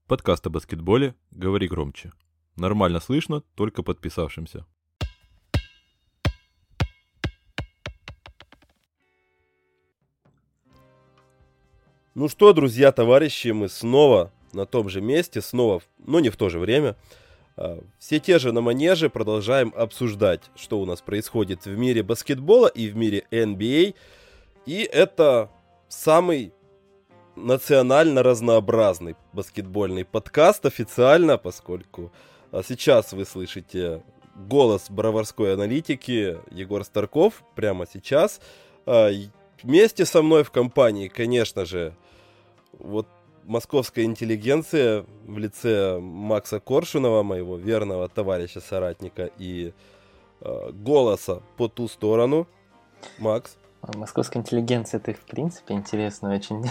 Подкаст о баскетболе «Говори громче». Нормально слышно, только подписавшимся. Ну что, друзья, товарищи, мы снова на том же месте, но не в то же время. Все те же на манеже продолжаем обсуждать, что у нас происходит в мире баскетбола и в мире NBA. И это самый национально разнообразный баскетбольный подкаст официально, поскольку сейчас вы слышите голос броварской аналитики Егор Старков прямо сейчас. Вместе со мной в компании, конечно же, вот московская интеллигенция в лице Макса Коршунова, моего верного товарища, соратника и голоса по ту сторону. Макс. Московская интеллигенция — это, в принципе, интересный очень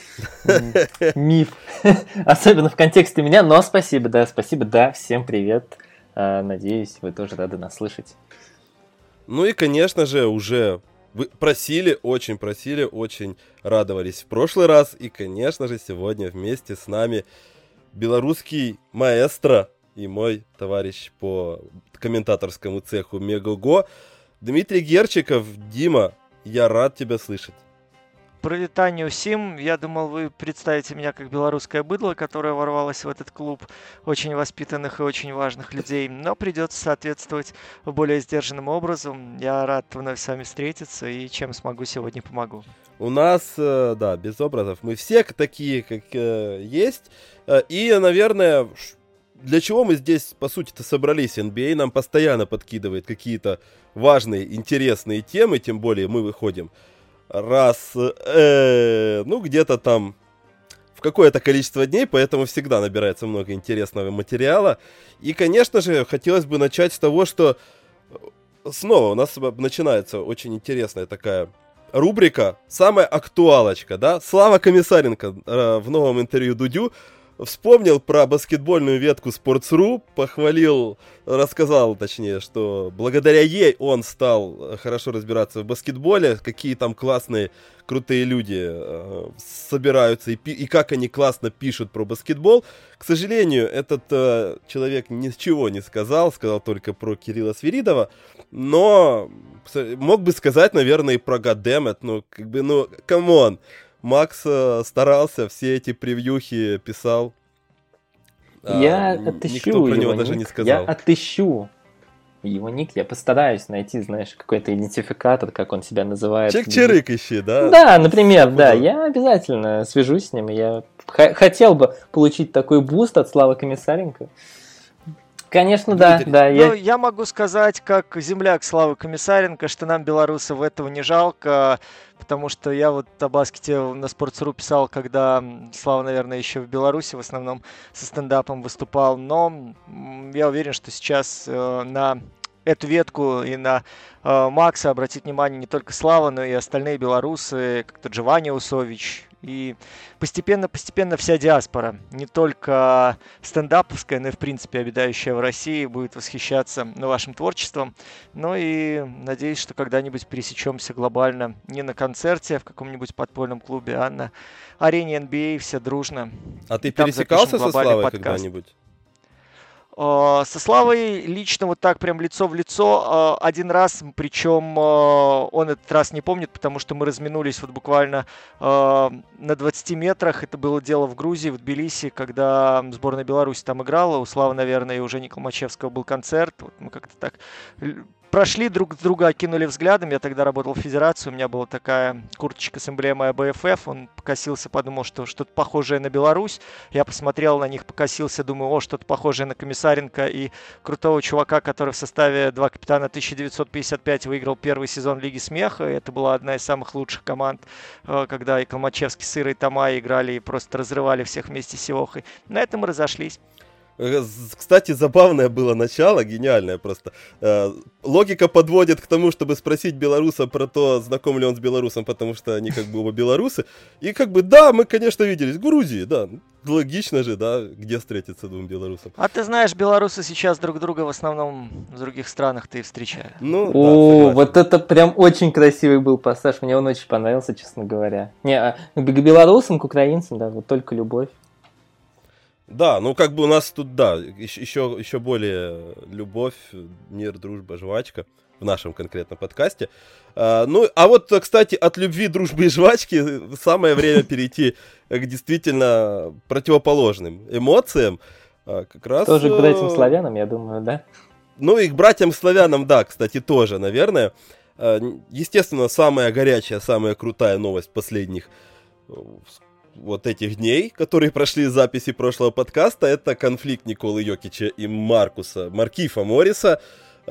миф. Особенно в контексте меня, но спасибо, да, всем привет. Надеюсь, вы тоже рады нас слышать. Ну и, конечно же, уже вы очень радовались в прошлый раз. И, конечно же, сегодня вместе с нами белорусский маэстро и мой товарищ по комментаторскому цеху Мегаго Дмитрий Герчиков. Дима, я рад тебя слышать. Пролетание усім. Я думал, вы представите меня как белорусское быдло, которое ворвалось в этот клуб очень воспитанных и очень важных людей, но придется соответствовать более сдержанным образом. Я рад вновь с вами встретиться и чем смогу сегодня помогу. У нас, да, без образов. Мы все такие, как есть. И, наверное, для чего мы здесь, по сути-то, собрались? NBA нам постоянно подкидывает какие-то важные, интересные темы, тем более мы выходим раз, где-то там в какое-то количество дней, поэтому всегда набирается много интересного материала. И, конечно же, хотелось бы начать с того, что снова у нас начинается очень интересная такая рубрика, самая актуалочка, да? Слава Комиссаренко в новом интервью Дудю вспомнил про баскетбольную ветку Sports.ru, рассказал, точнее, что благодаря ей он стал хорошо разбираться в баскетболе, какие там классные, крутые люди собираются и как они классно пишут про баскетбол. К сожалению, этот человек ничего не сказал только про Кирилла Свиридова, но мог бы сказать, наверное, и про Goddammit, камон. Макс старался, все эти превьюхи писал. Я отыщу никто про него его даже ник. не сказал. Я отыщу его ник. Я постараюсь найти, знаешь, какой-то идентификатор, как он себя называет. Чик-чирик ищи, да? Да, например, да. Я обязательно свяжусь с ним. Я хотел бы получить такой буст от Славы Комиссаренко. Конечно, да. Я могу сказать, как земляк Славы Комиссаренко, что нам, белорусов, этого не жалко, потому что я вот о баскете на Sports.ru писал, когда Слава, наверное, еще в Беларуси в основном со стендапом выступал, но я уверен, что сейчас на эту ветку и на Макса обратит внимание не только Слава, но и остальные белорусы, как тот же Ваня Усович. И постепенно вся диаспора, не только стендаповская, но и в принципе обитающая в России, будет восхищаться вашим творчеством. Ну и надеюсь, что когда-нибудь пересечемся глобально не на концерте, а в каком-нибудь подпольном клубе, а на арене NBA все дружно. А ты пересекался со Славой когда-нибудь? Со Славой лично вот так прям лицо в лицо один раз, причем он этот раз не помнит, потому что мы разминулись вот буквально на 20 метрах. Это было дело в Грузии, в Тбилиси, когда сборная Беларуси там играла. У Славы, наверное, и у Жени Колмачевского был концерт. Вот мы как-то так прошли друг друга, окинули взглядом. Я тогда работал в федерации, у меня была такая курточка с эмблемой АБФФ. Он покосился, подумал, что что-то похожее на Беларусь. Я посмотрел на них, покосился, думаю, что-то похожее на Комиссаренко и крутого чувака, который в составе 2 капитана 1955 выиграл первый сезон Лиги Смеха. Это была одна из самых лучших команд, когда и Колмачевский с Ирой Тамай играли и просто разрывали всех вместе с Севохой. На этом мы разошлись. Кстати, забавное было начало, гениальное просто. Логика подводит к тому, чтобы спросить белоруса про то, знаком ли он с белорусом, потому что они как бы оба белорусы. И как бы, да, мы, конечно, виделись в Грузии, да. Логично же, да, где встретиться двум белорусам. А ты знаешь, белорусы сейчас друг друга в основном в других странах-то и встречают. Ну, да, вот это прям очень красивый был пассаж, мне он очень понравился, честно говоря. К белорусам, к украинцам, да, вот только любовь. Да, ну как бы у нас тут, да, еще более любовь, мир, дружба, жвачка в нашем конкретном подкасте. А вот, кстати, от любви, дружбы и жвачки самое время перейти к действительно противоположным эмоциям. Как раз, тоже к братьям-славянам, я думаю, да? Ну и к братьям-славянам, да, кстати, тоже, наверное. Естественно, самая горячая, самая крутая новость последних вот этих дней, которые прошли из записи прошлого подкаста, это конфликт Николы Йокича и Маркифа Морриса.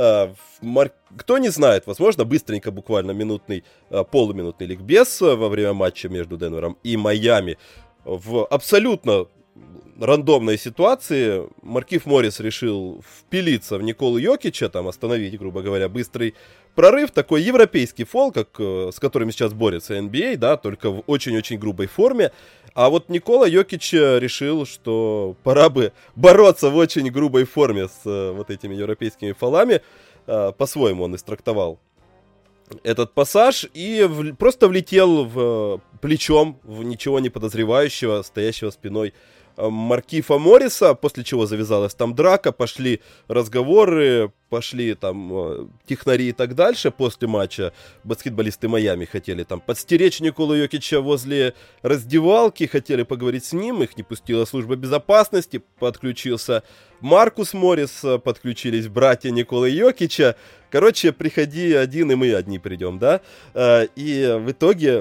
Кто не знает, возможно, быстренько, буквально полуминутный ликбез во время матча между Денвером и Майами. В абсолютно рандомной ситуации Маркиф Моррис решил впилиться в Николу Йокича, там остановить, грубо говоря, быстрый прорыв, такой европейский фол, с которым сейчас борется NBA, да, только в очень-очень грубой форме. А вот Никола Йокич решил, что пора бы бороться в очень грубой форме с вот этими европейскими фолами. По-своему он истрактовал этот пассаж и просто влетел плечом в ничего не подозревающего, стоящего спиной Маркифа Морриса, после чего завязалась там драка, пошли разговоры, пошли там технари и так дальше. После матча баскетболисты Майами хотели там подстеречь Николу Йокича возле раздевалки, хотели поговорить с ним, их не пустила служба безопасности, подключился Маркус Моррис, подключились братья Николы Йокича. Короче, приходи один, и мы одни придем, да? И в итоге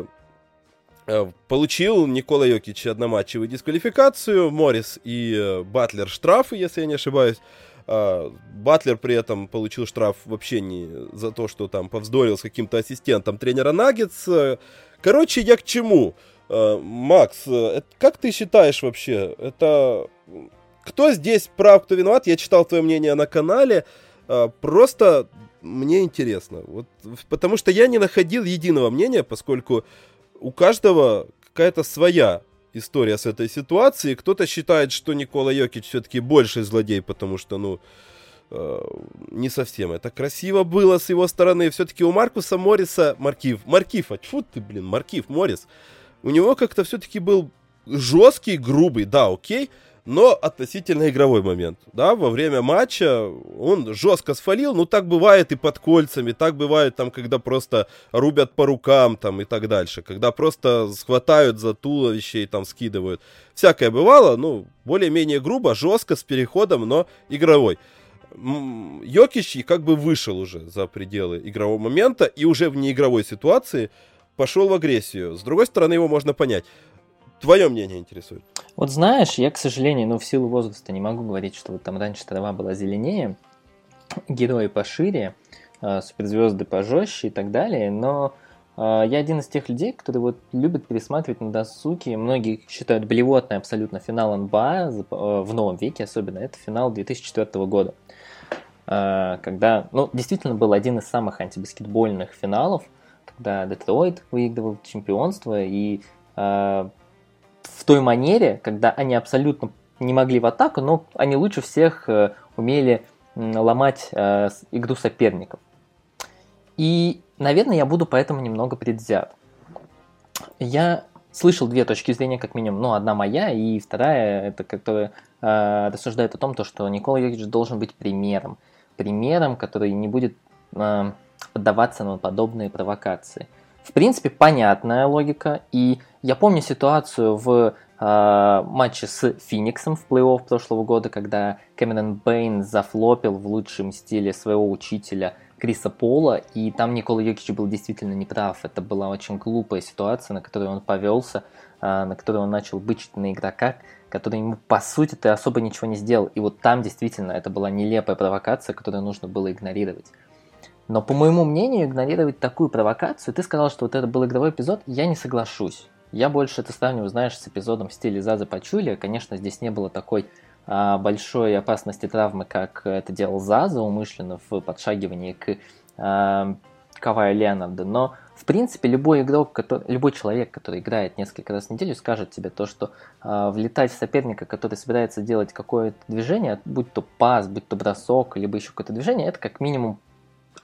получил Никола Йокич одноматчевую дисквалификацию, Моррис и Батлер штрафы, если я не ошибаюсь. Батлер при этом получил штраф вообще не за то, что там повздорил с каким-то ассистентом тренера Наггетс. Короче, я к чему? Макс, как ты считаешь вообще, это кто здесь прав, кто виноват? Я читал твое мнение на канале, просто мне интересно, вот, потому что я не находил единого мнения, поскольку у каждого какая-то своя история с этой ситуацией. Кто-то считает, что Никола Йокич все-таки больший злодей, потому что, не совсем это красиво было с его стороны. Все-таки у Маркуса Морриса, Маркиф Моррис, у него как-то все-таки был жесткий, грубый, да, окей, но относительно игровой момент, да, во время матча он жестко сфалил, так бывает и под кольцами, так бывает там, когда просто рубят по рукам там и так дальше, когда просто схватают за туловище и там скидывают, всякое бывало, более-менее грубо, жестко, с переходом, но игровой. Йокич как бы вышел уже за пределы игрового момента и уже в неигровой ситуации пошел в агрессию. С другой стороны, его можно понять. Твое мнение интересует. Вот знаешь, я, к сожалению, в силу возраста не могу говорить, что вот там раньше трава была зеленее, герои пошире, суперзвезды пожестче и так далее, но я один из тех людей, которые вот любят пересматривать на досуге. Многие считают блевотный абсолютно финал НБА в новом веке, особенно это финал 2004 года, когда, действительно был один из самых антибаскетбольных финалов, когда Детройт выигрывал чемпионство, и в той манере, когда они абсолютно не могли в атаку, но они лучше всех умели ломать игру соперников. И, наверное, я буду поэтому немного предвзят. Я слышал две точки зрения, как минимум. Одна моя, и вторая, это которая рассуждает о том, что Никола Йокич должен быть примером, который не будет поддаваться на подобные провокации. В принципе, понятная логика, и я помню ситуацию в матче с Фениксом в плей-офф прошлого года, когда Кэмерон Бэйн зафлопил в лучшем стиле своего учителя Криса Пола, и там Никола Йокич был действительно неправ. Это была очень глупая ситуация, на которую он повелся, на которую он начал бычить на игрока, который ему, по сути-то, особо ничего не сделал. И вот там действительно это была нелепая провокация, которую нужно было игнорировать. Но, по моему мнению, игнорировать такую провокацию, ты сказал, что вот это был игровой эпизод, я не соглашусь. Я больше это сравниваю, знаешь, с эпизодом в стиле Заза Пачули. Конечно, здесь не было такой большой опасности травмы, как это делал Заза умышленно в подшагивании к Каваю Леонарду. Но, в принципе, любой человек, который играет несколько раз в неделю, скажет тебе то, что влетать в соперника, который собирается делать какое-то движение, будь то пас, будь то бросок, либо еще какое-то движение, это как минимум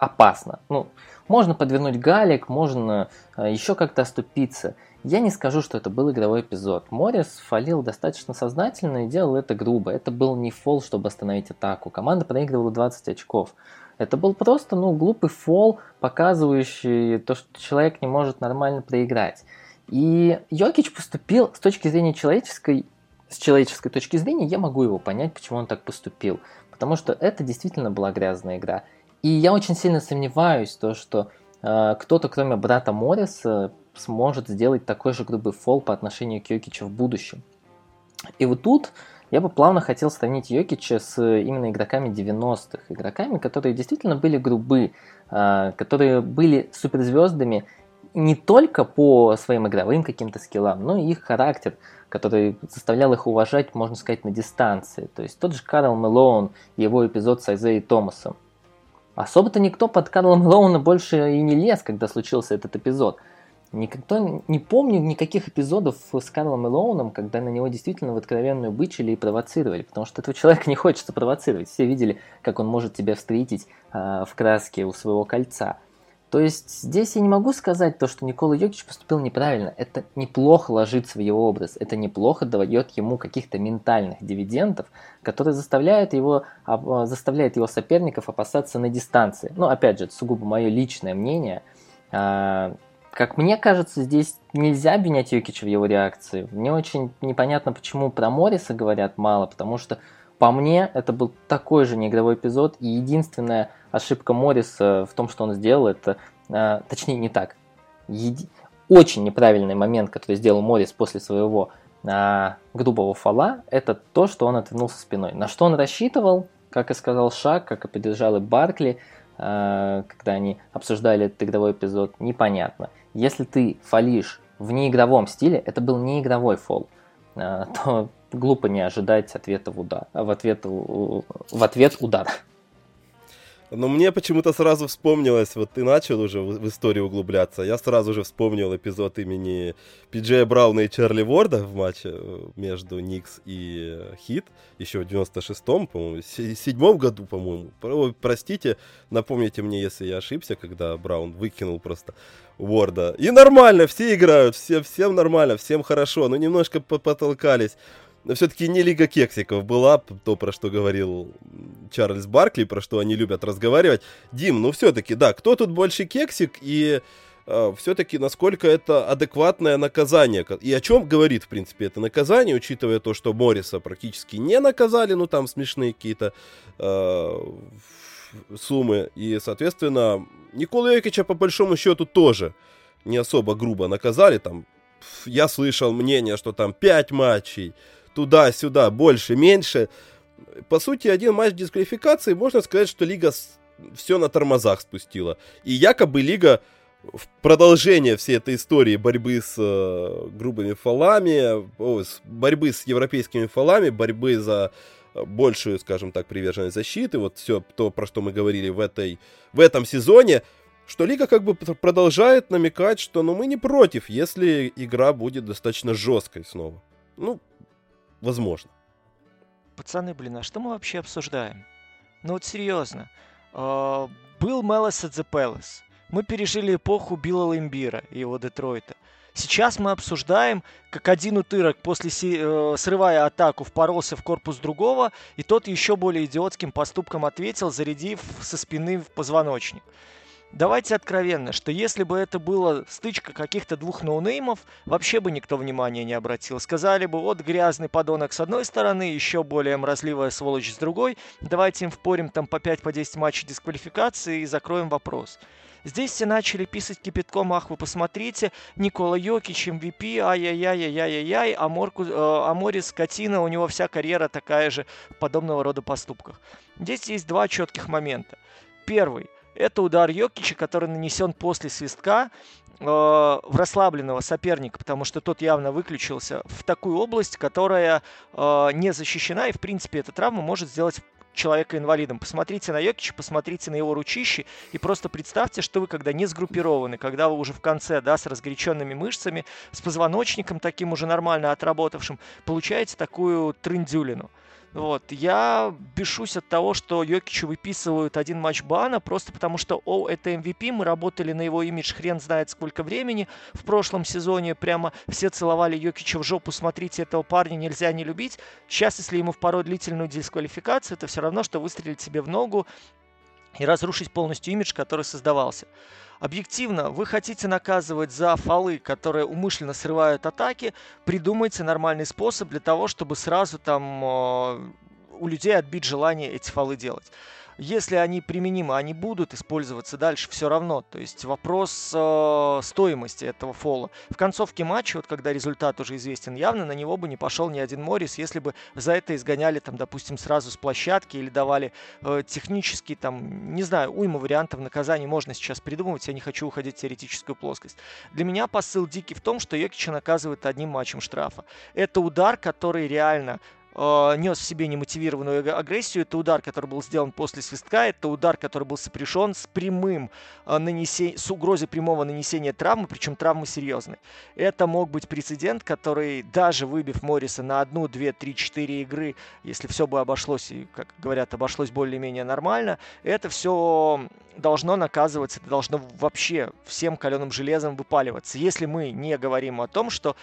опасно. Ну, можно подвернуть галик, можно еще как-то оступиться. Я не скажу, что это был игровой эпизод. Моррис фалил достаточно сознательно и делал это грубо. Это был не фол, чтобы остановить атаку. Команда проигрывала 20 очков. Это был просто, глупый фол, показывающий то, что человек не может нормально проиграть. И Йокич поступил с точки зрения с человеческой точки зрения, я могу его понять, почему он так поступил. Потому что это действительно была грязная игра. И я очень сильно сомневаюсь, что кто-то, кроме брата Морриса, сможет сделать такой же грубый фол по отношению к Йокичу в будущем. И вот тут я бы плавно хотел сравнить Йокича с именно игроками 90-х. Игроками, которые действительно были грубы, которые были суперзвездами не только по своим игровым каким-то скиллам, но и их характер, который заставлял их уважать, можно сказать, на дистанции. То есть тот же Карл Мэлоун и его эпизод с Айзеей Томасом. Особо-то никто под Карла Мэлоуна больше и не лез, когда случился этот эпизод. Никто не помню никаких эпизодов с Карлом Мэлоуном, когда на него действительно в откровенную бычили и провоцировали, потому что этого человека не хочется провоцировать. Все видели, как он может тебя встретить в краске у своего кольца. То есть здесь я не могу сказать то, что Никола Йокич поступил неправильно. Это неплохо ложится в его образ, это неплохо дает ему каких-то ментальных дивидендов, которые заставляют его соперников опасаться на дистанции. Ну, опять же, это сугубо мое личное мнение. Как мне кажется, здесь нельзя обвинять Йокича в его реакции. Мне очень непонятно, почему про Морриса говорят мало, потому что по мне это был такой же неигровой эпизод, и единственная ошибка Морриса в том, что он сделал, это, точнее не так, очень неправильный момент, который сделал Моррис после своего грубого фола, это то, что он отвернулся спиной. На что он рассчитывал, как и сказал Шак, как и поддержал и Баркли, когда они обсуждали этот игровой эпизод, непонятно. Если ты фолишь в неигровом стиле, это был неигровой фол, то глупо не ожидать ответа в ответ удар. Но мне почему-то сразу вспомнилось, вот ты начал уже в историю углубляться, я сразу же вспомнил эпизод имени Пи-Джея Брауна и Чарли Ворда в матче между Никс и Хит, еще в 96-м, по-моему, 7-м году, по-моему. Простите, напомните мне, если я ошибся, когда Браун выкинул просто Ворда. И нормально, все играют, всем нормально, всем хорошо, но немножко потолкались. Но все-таки не Лига Кексиков была, то, про что говорил Чарльз Баркли, про что они любят разговаривать. Дим, все-таки, да, кто тут больше кексик и все-таки насколько это адекватное наказание? И о чем говорит, в принципе, это наказание, учитывая то, что Морриса практически не наказали, там смешные какие-то суммы. И, соответственно, Николу Йокича по большому счету тоже не особо грубо наказали. Там, я слышал мнение, что там 5 матчей, туда-сюда, больше, меньше. По сути, один матч дисквалификации, можно сказать, что Лига все на тормозах спустила. И якобы Лига в продолжение всей этой истории борьбы с грубыми фолами, борьбы с европейскими фолами, борьбы за большую, скажем так, приверженность защиты, вот все то, про что мы говорили в этом сезоне, что Лига как бы продолжает намекать, что мы не против, если игра будет достаточно жесткой снова. Возможно. Пацаны, а что мы вообще обсуждаем? Вот серьезно. Был Мелос at the Palace. Мы пережили эпоху Билла Лэмбира и его Детройта. Сейчас мы обсуждаем, как один утырок срывая атаку, впоролся в корпус другого, и тот еще более идиотским поступком ответил, зарядив со спины в позвоночник. Давайте откровенно, что если бы это была стычка каких-то двух ноунеймов, вообще бы никто внимания не обратил. Сказали бы, вот грязный подонок с одной стороны, еще более мразливая сволочь с другой, давайте им впорим там по 5-10 матчей дисквалификации и закроем вопрос. Здесь все начали писать кипятком, ах, вы посмотрите, Никола Йокич, MVP, ай-яй-яй-яй-яй-яй, а Моррис скотина, у него вся карьера такая же в подобного рода поступках. Здесь есть два четких момента. Первый. Это удар Йокича, который нанесен после свистка в расслабленного соперника, потому что тот явно выключился в такую область, которая не защищена, и в принципе эта травма может сделать человека инвалидом. Посмотрите на Йокича, посмотрите на его ручище и просто представьте, что вы когда не сгруппированы, когда вы уже в конце, с разгоряченными мышцами, с позвоночником таким уже нормально отработавшим, получаете такую трындюлину. Вот. Я бешусь от того, что Йокичу выписывают один матч бана, просто потому что, это MVP, мы работали на его имидж хрен знает сколько времени. В прошлом сезоне прямо все целовали Йокича в жопу, смотрите, этого парня нельзя не любить. Сейчас, если ему впороть длительную дисквалификацию, это все равно, что выстрелить себе в ногу и разрушить полностью имидж, который создавался. Объективно, вы хотите наказывать за фолы, которые умышленно срывают атаки, придумайте нормальный способ для того, чтобы сразу там у людей отбить желание эти фолы делать. Если они применимы, они будут использоваться дальше все равно. То есть вопрос стоимости этого фола. В концовке матча, вот когда результат уже известен явно, на него бы не пошел ни один Моррис, если бы за это изгоняли, там, допустим, сразу с площадки или давали технически, там, не знаю, уйму вариантов наказаний можно сейчас придумывать, я не хочу уходить в теоретическую плоскость. Для меня посыл дикий в том, что Йокича наказывают одним матчем штрафа. Это удар, который реально нес в себе немотивированную агрессию. Это удар, который был сделан после свистка. Это удар, который был сопряжен с прямым с угрозой прямого нанесения травмы, причем травмы серьезной. Это мог быть прецедент, который, даже выбив Морриса на 1, 2, 3, 4 игры, если все бы обошлось, и, как говорят, обошлось более-менее нормально, это все должно наказываться, это должно вообще всем каленым железом выпаливаться. Если мы не говорим о том, что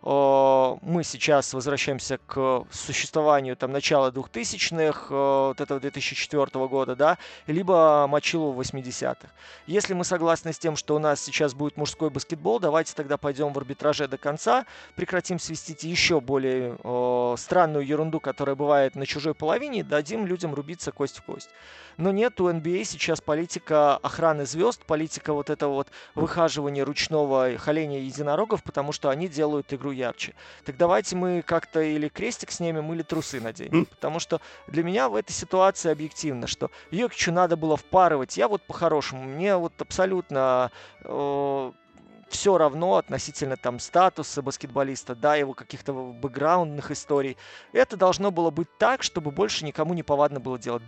мы сейчас возвращаемся к существованию там начала 2000-х, вот этого 2004 года, да, либо Мочилу 80-х. Если мы согласны с тем, что у нас сейчас будет мужской баскетбол, давайте тогда пойдем в арбитраже до конца, прекратим свистить еще более странную ерунду, которая бывает на чужой половине, и дадим людям рубиться кость в кость. Но нет, у NBA сейчас политика охраны звезд, политика вот этого вот выхаживания ручного холения единорогов, потому что они делают игру ярче. Так давайте мы как-то или крестик снимем, или трусы наденем. Потому что для меня в этой ситуации объективно, что Йокичу надо было впарывать. Я вот по-хорошему, мне вот абсолютно все равно относительно там статуса баскетболиста, да, его каких-то бэкграундных историй. Это должно было быть так, чтобы больше никому не повадно было делать.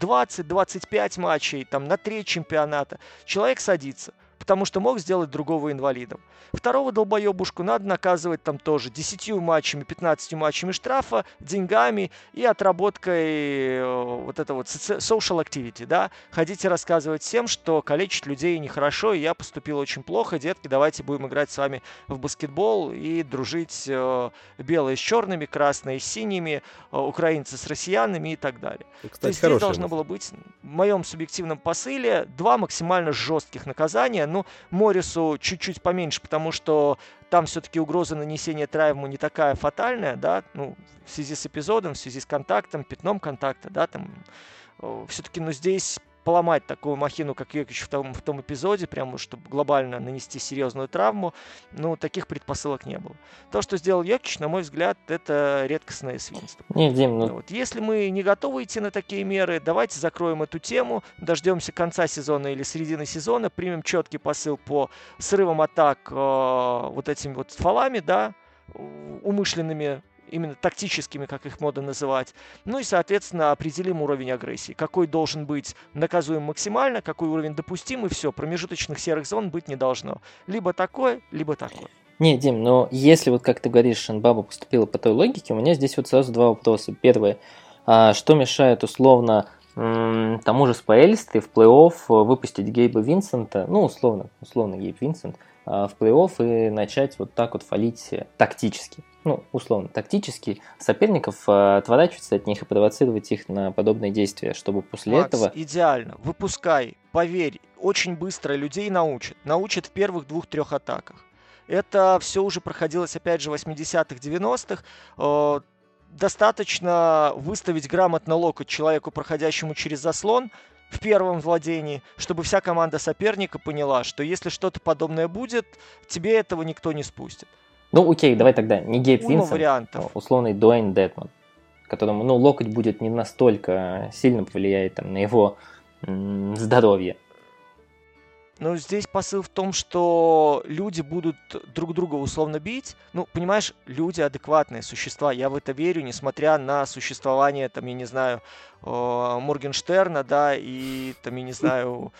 20-25 матчей, там, на треть чемпионата. Человек садится, потому что мог сделать другого инвалидом. Второго долбоебушку надо наказывать там тоже 10 матчами, 15 матчами штрафа, деньгами и отработкой вот это вот social activity, да. Ходите рассказывать всем, что калечить людей нехорошо, и я поступил очень плохо, детки, давайте будем играть с вами в баскетбол и дружить белые с черными, красные с синими, украинцы с россиянами и так далее. Кстати, то есть здесь должно было быть, в моем субъективном посыле, 2 максимально жестких наказания. Ну, Моррису чуть-чуть поменьше, потому что там все-таки угроза нанесения травмы не такая фатальная, да, ну, в связи с эпизодом, в связи с контактом, пятном контакта, да, там, все-таки, ну, здесь поломать такую махину, как Йокич в том эпизоде, прямо чтобы глобально нанести серьезную травму, ну, таких предпосылок не было. То, что сделал Йокич, на мой взгляд, это редкостное свинство. Не, Дим, ну... Вот. Если мы не готовы идти на такие меры, давайте закроем эту тему, дождемся конца сезона или середины сезона, примем четкий посыл по срывам атак вот этими вот фолами, да, умышленными, именно тактическими, как их модно называть. Ну и, соответственно, определим уровень агрессии. Какой должен быть наказуем максимально, какой уровень допустим, и все. Промежуточных серых зон быть не должно. Либо такое, либо такое. Не, Дим, но если вот, как ты говоришь, Шинбаба поступила по той логике, у меня здесь вот сразу 2 вопроса. Первое. Что мешает условно тому же Спаэльсты в плей-офф выпустить Гейба Винсента, ну, условно Гейб Винсент, в плей-офф и начать вот так вот фолить тактически, ну, условно, тактически соперников, отворачиваться от них и провоцировать их на подобные действия, чтобы после Макс, этого... идеально, выпускай, поверь, очень быстро людей научат в первых 2-3 атаках. Это все уже проходилось, опять же, в 80-х, 90-х. Достаточно выставить грамотно локоть человеку, проходящему через заслон, в первом владении, чтобы вся команда соперника поняла, что если что-то подобное будет, тебе этого никто не спустит. Ну, окей, давай тогда не Гейб Винсент, вариантов. Условный Дуэйн Дедмон, которому, ну, локоть будет не настолько сильно повлияет там, на его здоровье. Но здесь посыл в том, что люди будут друг друга условно бить. Ну, понимаешь, люди адекватные существа. Я в это верю, несмотря на существование, там, я не знаю, Моргенштерна, да, и, там, я не знаю,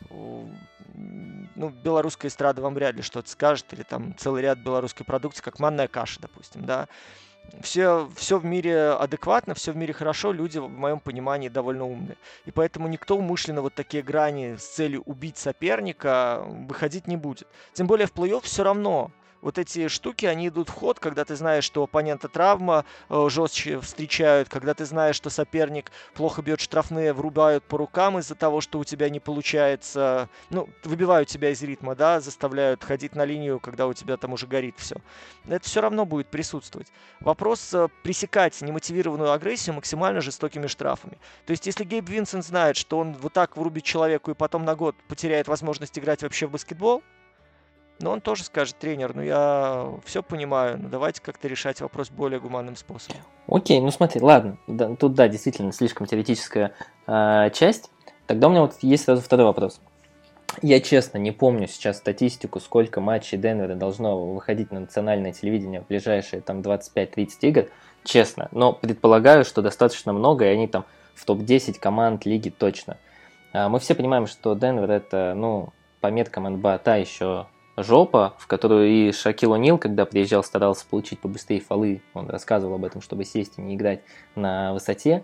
ну, белорусская эстрада вам вряд ли что-то скажет, или там целый ряд белорусской продукции, как манная каша, допустим, да. Все в мире адекватно, все в мире хорошо, люди, в моем понимании, довольно умные. И поэтому никто умышленно вот такие грани с целью убить соперника выходить не будет. Тем более в плей-офф все равно. Вот эти штуки, они идут в ход, когда ты знаешь, что у оппонента травма, жестче встречают, когда ты знаешь, что соперник плохо бьет штрафные, врубают по рукам из-за того, что у тебя не получается, ну, выбивают тебя из ритма, да, заставляют ходить на линию, когда у тебя там уже горит все. Это все равно будет присутствовать. Вопрос пресекать немотивированную агрессию максимально жестокими штрафами. То есть, если Гейб Винсент знает, что он вот так врубит человеку и потом на год потеряет возможность играть вообще в баскетбол, но он тоже скажет: тренер, ну я все понимаю, но давайте как-то решать вопрос более гуманным способом. Окей, ну смотри, ладно, да, тут да, действительно слишком теоретическая часть. Тогда у меня вот есть сразу второй вопрос. Я честно не помню сейчас статистику, сколько матчей Денвера должно выходить на национальное телевидение в ближайшие там 25-30 игр, честно, но предполагаю, что достаточно много, и они там в топ-10 команд лиги точно. Мы все понимаем, что Денвер это, ну, по меткам НБА та еще жопа, в которую и Шакил О'Нил, когда приезжал, старался получить побыстрее фолы. Он рассказывал об этом, чтобы сесть и не играть на высоте.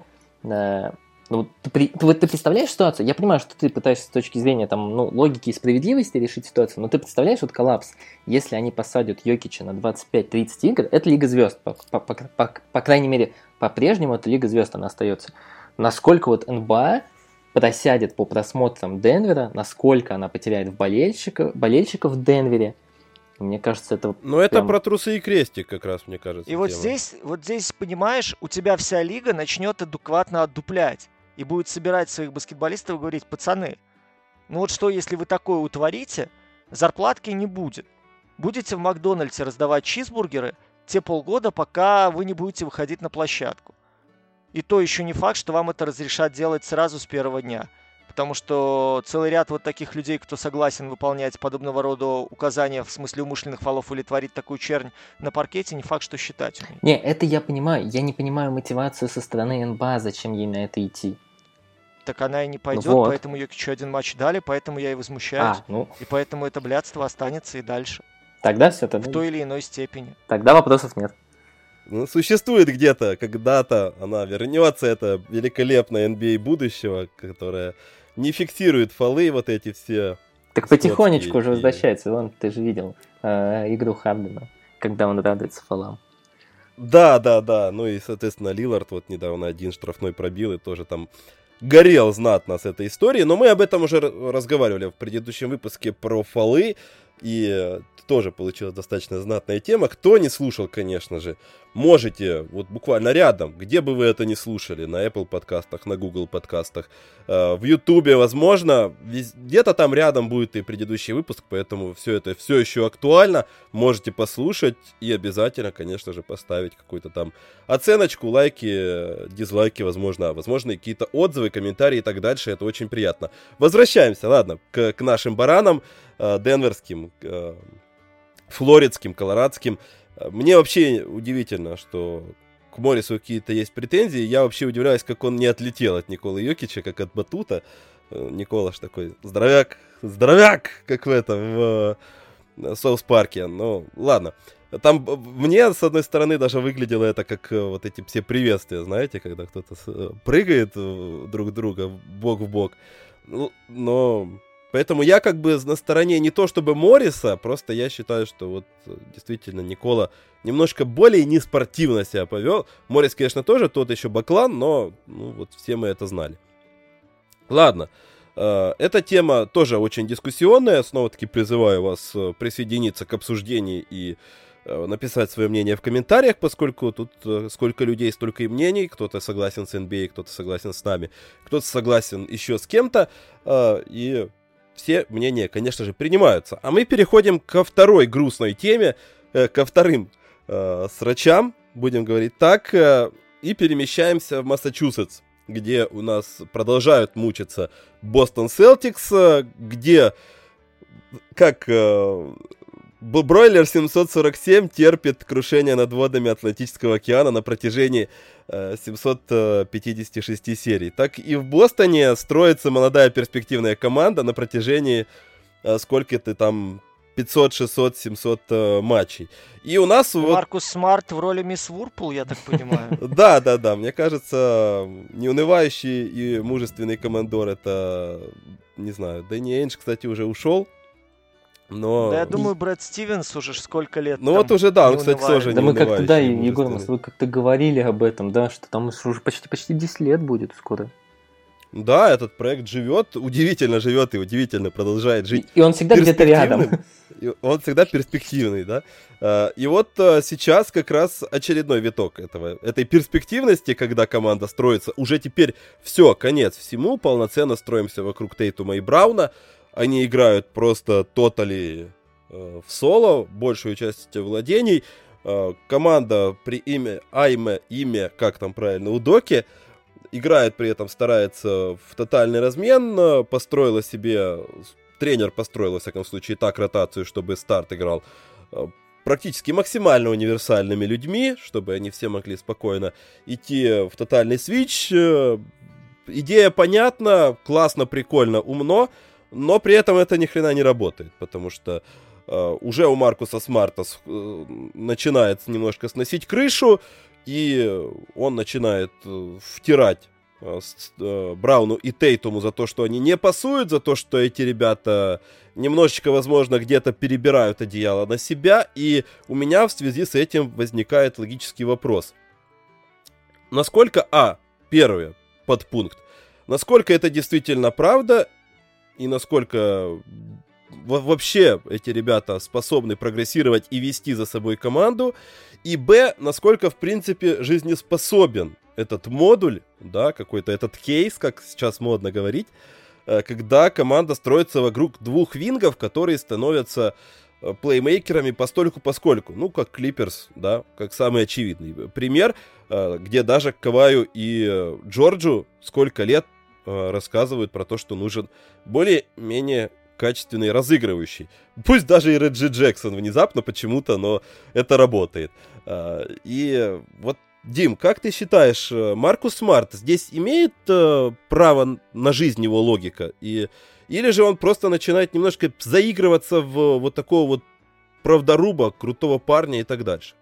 Ну, ты представляешь ситуацию? Я понимаю, что ты пытаешься с точки зрения там, ну, логики и справедливости решить ситуацию, но ты представляешь вот коллапс, если они посадят Йокича на 25-30 игр, это Лига Звезд, по крайней мере, по-прежнему это Лига Звезд, она остается. Насколько вот НБА просядет по просмотрам Денвера, насколько она потеряет болельщиков в Денвере. Мне кажется, это... Ну, это прям... про трусы и крестик как раз, мне кажется. И вот здесь, понимаешь, у тебя вся лига начнет адекватно отдуплять. И будет собирать своих баскетболистов и говорить: пацаны, ну вот что, если вы такое утворите, зарплатки не будет. Будете в Макдональдсе раздавать чизбургеры те полгода, пока вы не будете выходить на площадку. И то еще не факт, что вам это разрешат делать сразу с первого дня. Потому что целый ряд вот таких людей, кто согласен выполнять подобного рода указания, в смысле умышленных фолов или творить такую чернь на паркете, не факт, что считать умеет. Не, это я понимаю. Я не понимаю мотивацию со стороны НБА, зачем ей на это идти. Так она и не пойдет, вот. Поэтому Йокичу один матч дали, поэтому я и возмущаюсь. И поэтому это блядство останется и дальше. Тогда все, тогда... В той или иной степени. Тогда вопросов нет. Ну, существует где-то, когда-то она вернется, это великолепная NBA будущего, которая не фиксирует фолы вот эти все. Так потихонечку уже возвращается. Вон, ты же видел игру Хардена, когда он радуется фолам. Да. Ну и, соответственно, Лилард вот недавно один штрафной пробил и тоже там горел знатно с этой историей. Но мы об этом уже разговаривали в предыдущем выпуске про фолы. И тоже получилась достаточно знатная тема. Кто не слушал, конечно же, можете вот буквально рядом, где бы вы это ни слушали, на Apple подкастах, на Google подкастах, в YouTube, возможно, где-то там рядом будет и предыдущий выпуск, поэтому все это все еще актуально, можете послушать и обязательно, конечно же, поставить какую-то там оценочку, лайки, дизлайки, возможно, и какие-то отзывы, комментарии и так дальше, это очень приятно. Возвращаемся, ладно, к нашим баранам, денверским, флоридским, колорадским. Мне вообще удивительно, что к Моррису какие-то есть претензии. Я вообще удивляюсь, как он не отлетел от Николы Йокича, как от батута. Никола ж такой здоровяк, как в этом, в Соус-парке. Ну, ладно. Там мне, с одной стороны, даже выглядело это как вот эти все приветствия, знаете, когда кто-то прыгает друг друга бок в бок. Но... Поэтому я как бы на стороне не то чтобы Морриса, просто я считаю, что вот действительно Никола немножко более неспортивно себя повел. Моррис, конечно, тоже тот еще баклан, но ну, вот все мы это знали. Ладно, эта тема тоже очень дискуссионная. Снова-таки призываю вас присоединиться к обсуждению и написать свое мнение в комментариях, поскольку тут сколько людей, столько и мнений. Кто-то согласен с NBA, кто-то согласен с нами, кто-то согласен еще с кем-то. И... все мнения, конечно же, принимаются. А мы переходим ко второй грустной теме, ко вторым срачам, будем говорить так, и перемещаемся в Массачусетс, где у нас продолжают мучиться Бостон Селтикс, где, как Бройлер 747 терпит крушение над водами Атлантического океана на протяжении 756 серий. Так и в Бостоне строится молодая перспективная команда на протяжении сколько-то там 500, 600, 700 матчей. И у нас вот... Маркус Смарт в роли мисс Вурпул, я так понимаю. Да. Мне кажется, неунывающий и мужественный командор это, не знаю, Дэнни Эйндж, кстати, уже ушел. Но... Да, я думаю, Брэд Стивенс уже сколько лет. Ну вот уже, да, он, кстати, тоже да, не мы как-то, да, унывающий, Егор, мужественный. вы как-то говорили об этом, да, что там уже почти 10 лет будет скоро. Да, этот проект живет и удивительно продолжает жить. И он всегда где-то рядом. Он всегда перспективный, да. И вот сейчас как раз очередной виток этой перспективности, когда команда строится. Уже теперь все, конец всему, полноценно строимся вокруг Тейтума и Брауна. Они играют просто тотали в соло, большую часть владений. Команда при имя, как там правильно, Удоки, играет при этом, старается в тотальный размен, тренер построил, во всяком случае, так ротацию, чтобы старт играл практически максимально универсальными людьми, чтобы они все могли спокойно идти в тотальный свич. Идея понятна, классно, прикольно, умно, но при этом это ни хрена не работает, потому что уже у Маркуса Смарта начинает немножко сносить крышу, и он начинает втирать Брауну и Тейтуму за то, что они не пасуют, за то, что эти ребята немножечко, возможно, где-то перебирают одеяло на себя, и у меня в связи с этим возникает логический вопрос. Насколько, первый подпункт, насколько это действительно правда, и насколько вообще эти ребята способны прогрессировать и вести за собой команду, и насколько, в принципе, жизнеспособен этот модуль, да, какой-то этот кейс, как сейчас модно говорить, когда команда строится вокруг двух вингов, которые становятся плеймейкерами постольку-поскольку, ну, как Клиперс, да, как самый очевидный пример, где даже Каваю и Джорджу сколько лет рассказывают про то, что нужен более-менее качественный разыгрывающий. Пусть даже и Реджи Джексон внезапно почему-то, но это работает. И вот, Дим, как ты считаешь, Маркус Смарт здесь имеет право на жизнь, его логика? Или же он просто начинает немножко заигрываться в вот такого вот правдоруба, крутого парня и так дальше?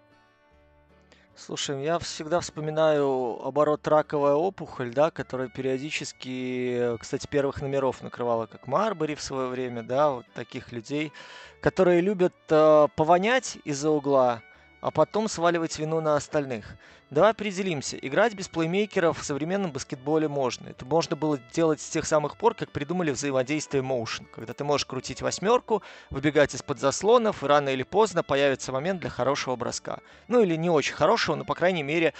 Слушай, я всегда вспоминаю оборот «Раковая опухоль», да, которая периодически, кстати, первых номеров накрывала, как Марбери в свое время, да, вот таких людей, которые любят повонять из-за угла, а потом сваливать вину на остальных. Давай определимся. Играть без плеймейкеров в современном баскетболе можно. Это можно было делать с тех самых пор, как придумали взаимодействие моушен. Когда ты можешь крутить восьмерку, выбегать из-под заслонов, и рано или поздно появится момент для хорошего броска. Ну или не очень хорошего, но, по крайней мере,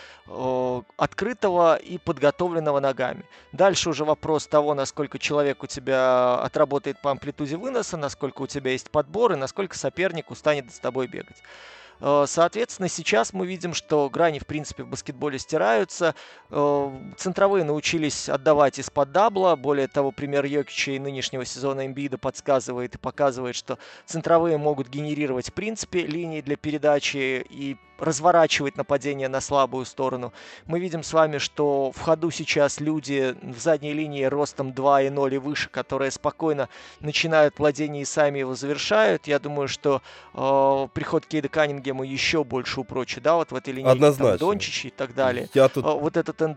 открытого и подготовленного ногами. Дальше уже вопрос того, насколько человек у тебя отработает по амплитуде выноса, насколько у тебя есть подбор и насколько соперник устанет с тобой бегать. Соответственно, сейчас мы видим, что грани, в принципе, в баскетболе стираются. Центровые научились отдавать из-под дабла. Более того, пример Йокича и нынешнего сезона Эмбиида подсказывает и показывает, что центровые могут генерировать, в принципе, линии для передачи и разворачивать нападение на слабую сторону. Мы видим с вами, что в ходу сейчас люди в задней линии ростом 2,0 и выше, которые спокойно начинают владение и сами его завершают. Я думаю, что приход Кейда Каннингема еще больше упрочит, да, вот в этой линейке там Дончич и так далее. Я тут... Вот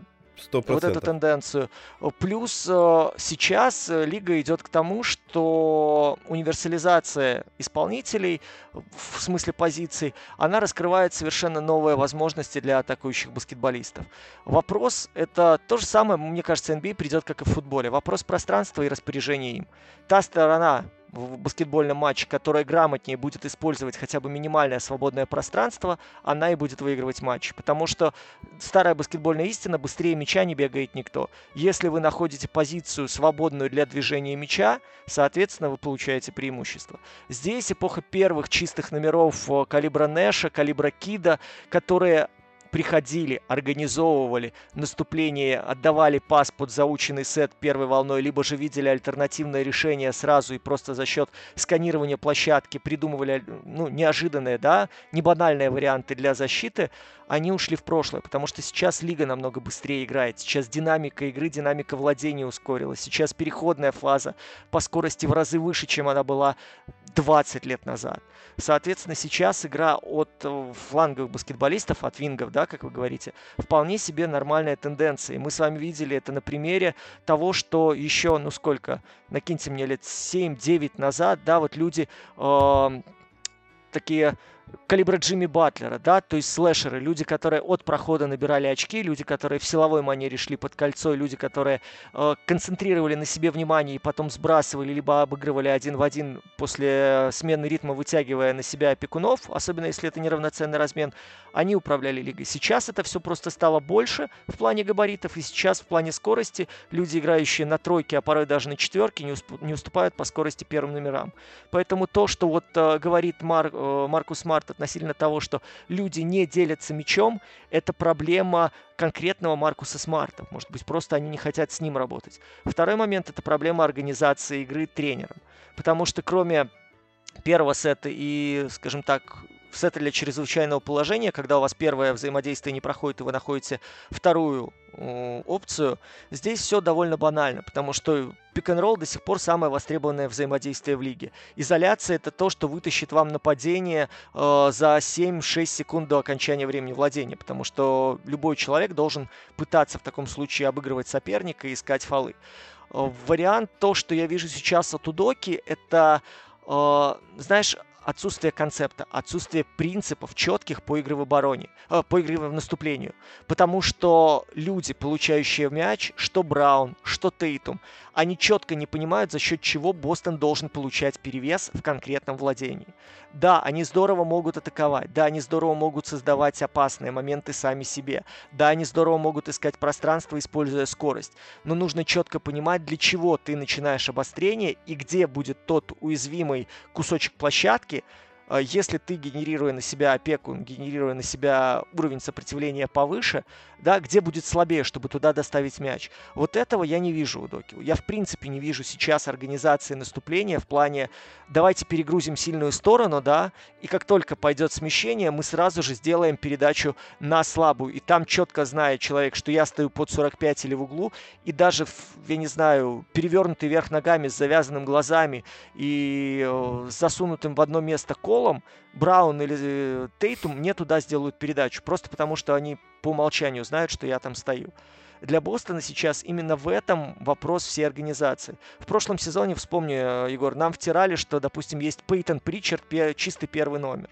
эту тенденцию. Плюс сейчас лига идет к тому, что универсализация исполнителей, в смысле позиций, она раскрывает совершенно новые возможности для атакующих баскетболистов. Вопрос, это то же самое, мне кажется, NBA придет, как и в футболе. Вопрос пространства и распоряжения им. Та сторона в баскетбольном матче, которая грамотнее будет использовать хотя бы минимальное свободное пространство, она и будет выигрывать матч. Потому что старая баскетбольная истина: быстрее мяча не бегает никто. Если вы находите позицию свободную для движения мяча, соответственно, вы получаете преимущество. Здесь эпоха первых чистых номеров калибра Нэша, калибра Кида, которые приходили, организовывали наступление, отдавали пас под заученный сет первой волной, либо же видели альтернативное решение сразу и просто за счет сканирования площадки придумывали неожиданные, да, не банальные варианты для защиты, они ушли в прошлое, потому что сейчас лига намного быстрее играет, сейчас динамика игры, динамика владения ускорилась, сейчас переходная фаза по скорости в разы выше, чем она была 20 лет назад. Соответственно, сейчас игра от фланговых баскетболистов, от вингов, да, как вы говорите, вполне себе нормальная тенденция. И мы с вами видели это на примере того, что еще, ну сколько, накиньте мне лет 7-9 назад, да, вот люди такие калибра Джимми Батлера, да, то есть слэшеры, люди, которые от прохода набирали очки, люди, которые в силовой манере шли под кольцо, люди, которые концентрировали на себе внимание и потом сбрасывали, либо обыгрывали один в один после смены ритма, вытягивая на себя опекунов, особенно если это неравноценный размен, они управляли лигой. Сейчас это все просто стало больше в плане габаритов, и сейчас в плане скорости люди, играющие на тройке, а порой даже на четверке, не уступают по скорости первым номерам. Поэтому то, что вот говорит Маркус Смарт относительно того, что люди не делятся мячом, это проблема конкретного Маркуса Смарта. Может быть, просто они не хотят с ним работать. Второй момент – это проблема организации игры тренером. Потому что кроме первого сета и, скажем так, сета для чрезвычайного положения, когда у вас первое взаимодействие не проходит, и вы находите вторую опцию, здесь все довольно банально, потому что пик-н-ролл до сих пор самое востребованное взаимодействие в лиге. Изоляция – это то, что вытащит вам нападение за 7-6 секунд до окончания времени владения, потому что любой человек должен пытаться в таком случае обыгрывать соперника и искать фолы. Вариант, то, что я вижу сейчас от Удоки, это, знаешь, отсутствие концепта, отсутствие принципов четких по игре в обороне, по игре в наступлению. Потому что люди, получающие мяч, что Браун, что Тейтум, они четко не понимают, за счет чего Бостон должен получать перевес в конкретном владении. Да, они здорово могут атаковать, да, они здорово могут создавать опасные моменты сами себе, да, они здорово могут искать пространство, используя скорость, но нужно четко понимать, для чего ты начинаешь обострение и где будет тот уязвимый кусочек площадки, если ты, генерируя на себя опеку, генерируя на себя уровень сопротивления повыше, да, где будет слабее, чтобы туда доставить мяч. Вот этого я не вижу у Доки. Я в принципе не вижу сейчас организации наступления в плане давайте перегрузим сильную сторону, да, и как только пойдет смещение, мы сразу же сделаем передачу на слабую. И там четко знает человек, что я стою под 45 или в углу, и даже, я не знаю, перевернутый вверх ногами с завязанными глазами и засунутым в одно место колом, Браун или Тейтум мне туда сделают передачу, просто потому что они по умолчанию знают, что я там стою. Для Бостона сейчас именно в этом вопрос всей организации. В прошлом сезоне, вспомню, Егор, нам втирали, что, допустим, есть Пейтон Причард, чистый первый номер.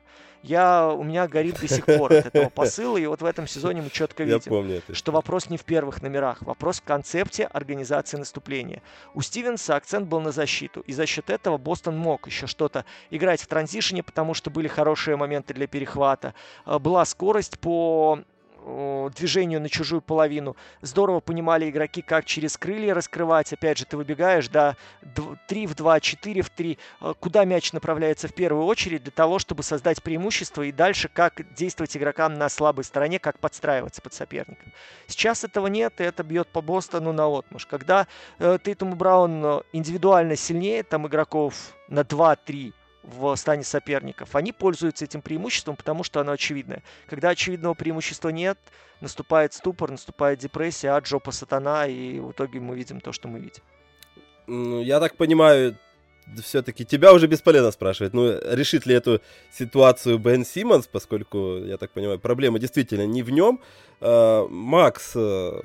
У меня горит до сих пор от этого посыла, и вот в этом сезоне мы четко видим, что вопрос не в первых номерах, вопрос в концепте организации наступления. У Стивенса акцент был на защиту, и за счет этого Бостон мог еще что-то играть в транзишене, потому что были хорошие моменты для перехвата, была скорость по движению на чужую половину. Здорово понимали игроки, как через крылья раскрывать. Опять же, ты выбегаешь, да, 3 в 2, 4 в 3. Куда мяч направляется в первую очередь для того, чтобы создать преимущество и дальше как действовать игрокам на слабой стороне, как подстраиваться под соперника. Сейчас этого нет, и это бьет по Бостону наотмашь. Когда Тейтум и Браун индивидуально сильнее, там игроков на 2-3 в стане соперников, они пользуются этим преимуществом, потому что оно очевидное. Когда очевидного преимущества нет, наступает ступор, наступает депрессия, ад, жопа, сатана, и в итоге мы видим то, что мы видим. Я так понимаю, все-таки тебя уже бесполезно спрашивать, решит ли эту ситуацию Бен Симмонс, поскольку, я так понимаю, проблема действительно не в нем. Макс,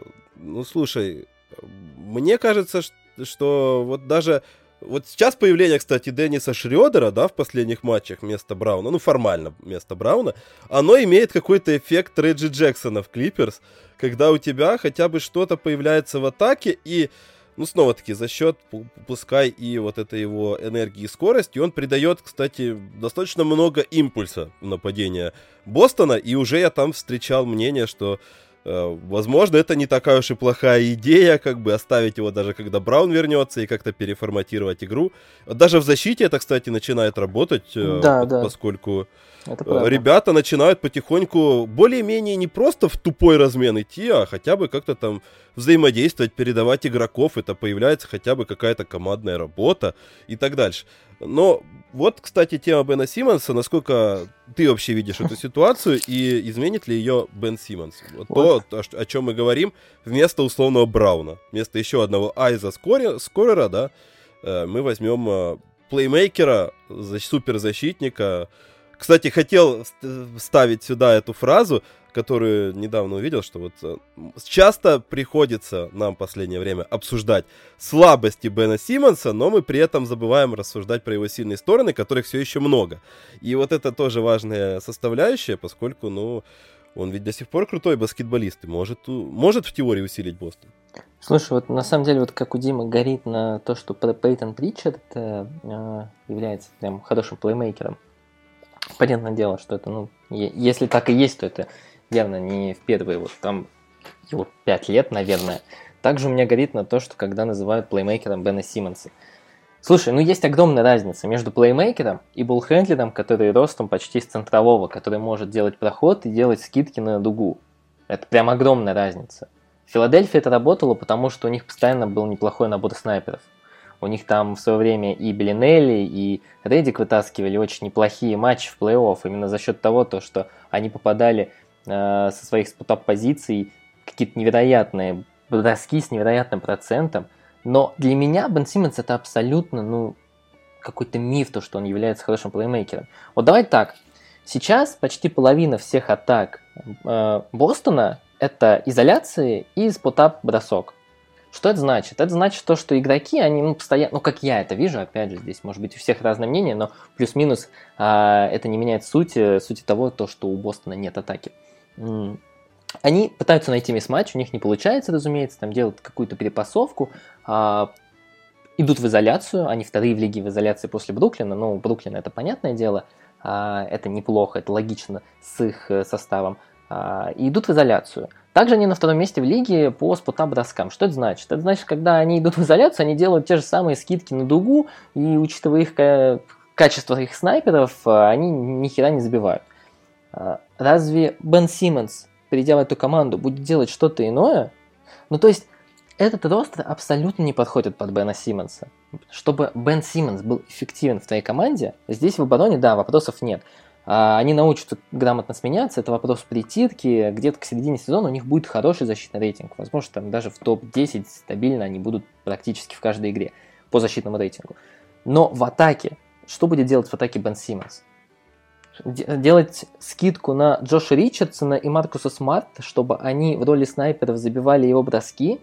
слушай, мне кажется, что вот даже вот сейчас появление, кстати, Денниса Шрёдера, да, в последних матчах вместо Брауна, формально вместо Брауна, оно имеет какой-то эффект Реджи Джексона в Клиперс, когда у тебя хотя бы что-то появляется в атаке, и, снова-таки, за счет, пускай и вот этой его энергии и скорости, он придает, кстати, достаточно много импульса в нападение Бостона, и уже я там встречал мнение, что возможно, это не такая уж и плохая идея, как бы оставить его даже когда Браун вернется и как-то переформатировать игру. Даже в защите это, кстати, начинает работать, поскольку ребята начинают потихоньку более-менее не просто в тупой размен идти, а хотя бы как-то там взаимодействовать, передавать игроков, это появляется хотя бы какая-то командная работа и так дальше. Но Вот, кстати, тема Бена Симмонса. Насколько ты вообще видишь эту ситуацию и изменит ли ее Бен Симмонс? Вот. То, о чем мы говорим, вместо условного Брауна, вместо еще одного Айза скорера, да, мы возьмем плеймейкера, суперзащитника. Кстати, хотел вставить сюда эту фразу, которую недавно увидел, что вот часто приходится нам в последнее время обсуждать слабости Бена Симмонса, но мы при этом забываем рассуждать про его сильные стороны, которых все еще много. И вот это тоже важная составляющая, поскольку, он ведь до сих пор крутой баскетболист и может в теории усилить Бостон. Слушай, вот на самом деле, вот как у Димы горит на то, что Пейтон Притчард является прям хорошим плеймейкером. Понятное дело, что это, если так и есть, то это явно не в первые там его 5 лет, наверное. Также у меня горит на то, что когда называют плеймейкером Бена Симмонса. Слушай, есть огромная разница между плеймейкером и буллхендлером, который ростом почти с центрового, который может делать проход и делать скидки на дугу. Это прям огромная разница. В Филадельфии это работало, потому что у них постоянно был неплохой набор снайперов. У них там в свое время и Беллинелли, и Реддик вытаскивали очень неплохие матчи в плей-офф именно за счет того, что они попадали со своих спотап-позиций какие-то невероятные броски с невероятным процентом. Но для меня Бен Симмонс это абсолютно какой-то миф, то, что он является хорошим плеймейкером. Вот давай так. Сейчас почти половина всех атак Бостона это изоляции и спотап-бросок. Что это значит? Это значит то, что игроки, они постоянно, как я это вижу, опять же, здесь может быть у всех разное мнение, но плюс-минус это не меняет сути того, что у Бостона нет атаки. Они пытаются найти мисс-матч, у них не получается, разумеется, там делают какую-то перепасовку, идут в изоляцию, они вторые в лиге в изоляции после Бруклина, но у Бруклина это понятное дело, это неплохо, это логично с их составом, и идут в изоляцию. Также они на втором месте в лиге по спотап-броскам. Что это значит? Это значит, когда они идут в изоляцию, они делают те же самые скидки на дугу, и учитывая их качество их снайперов, они ни хера не забивают. Разве Бен Симмонс, придя в эту команду, будет делать что-то иное? То есть, этот ростер абсолютно не подходит под Бена Симмонса. Чтобы Бен Симмонс был эффективен в твоей команде, здесь в обороне, да, вопросов нет. Они научатся грамотно сменяться, это вопрос притирки, где-то к середине сезона у них будет хороший защитный рейтинг. Возможно, там даже в топ-10 стабильно они будут практически в каждой игре по защитному рейтингу. Но в атаке, что будет делать в атаке Бен Симмонс? Делать скидку на Джоша Ричардсона и Маркуса Смарта, чтобы они в роли снайперов забивали его броски?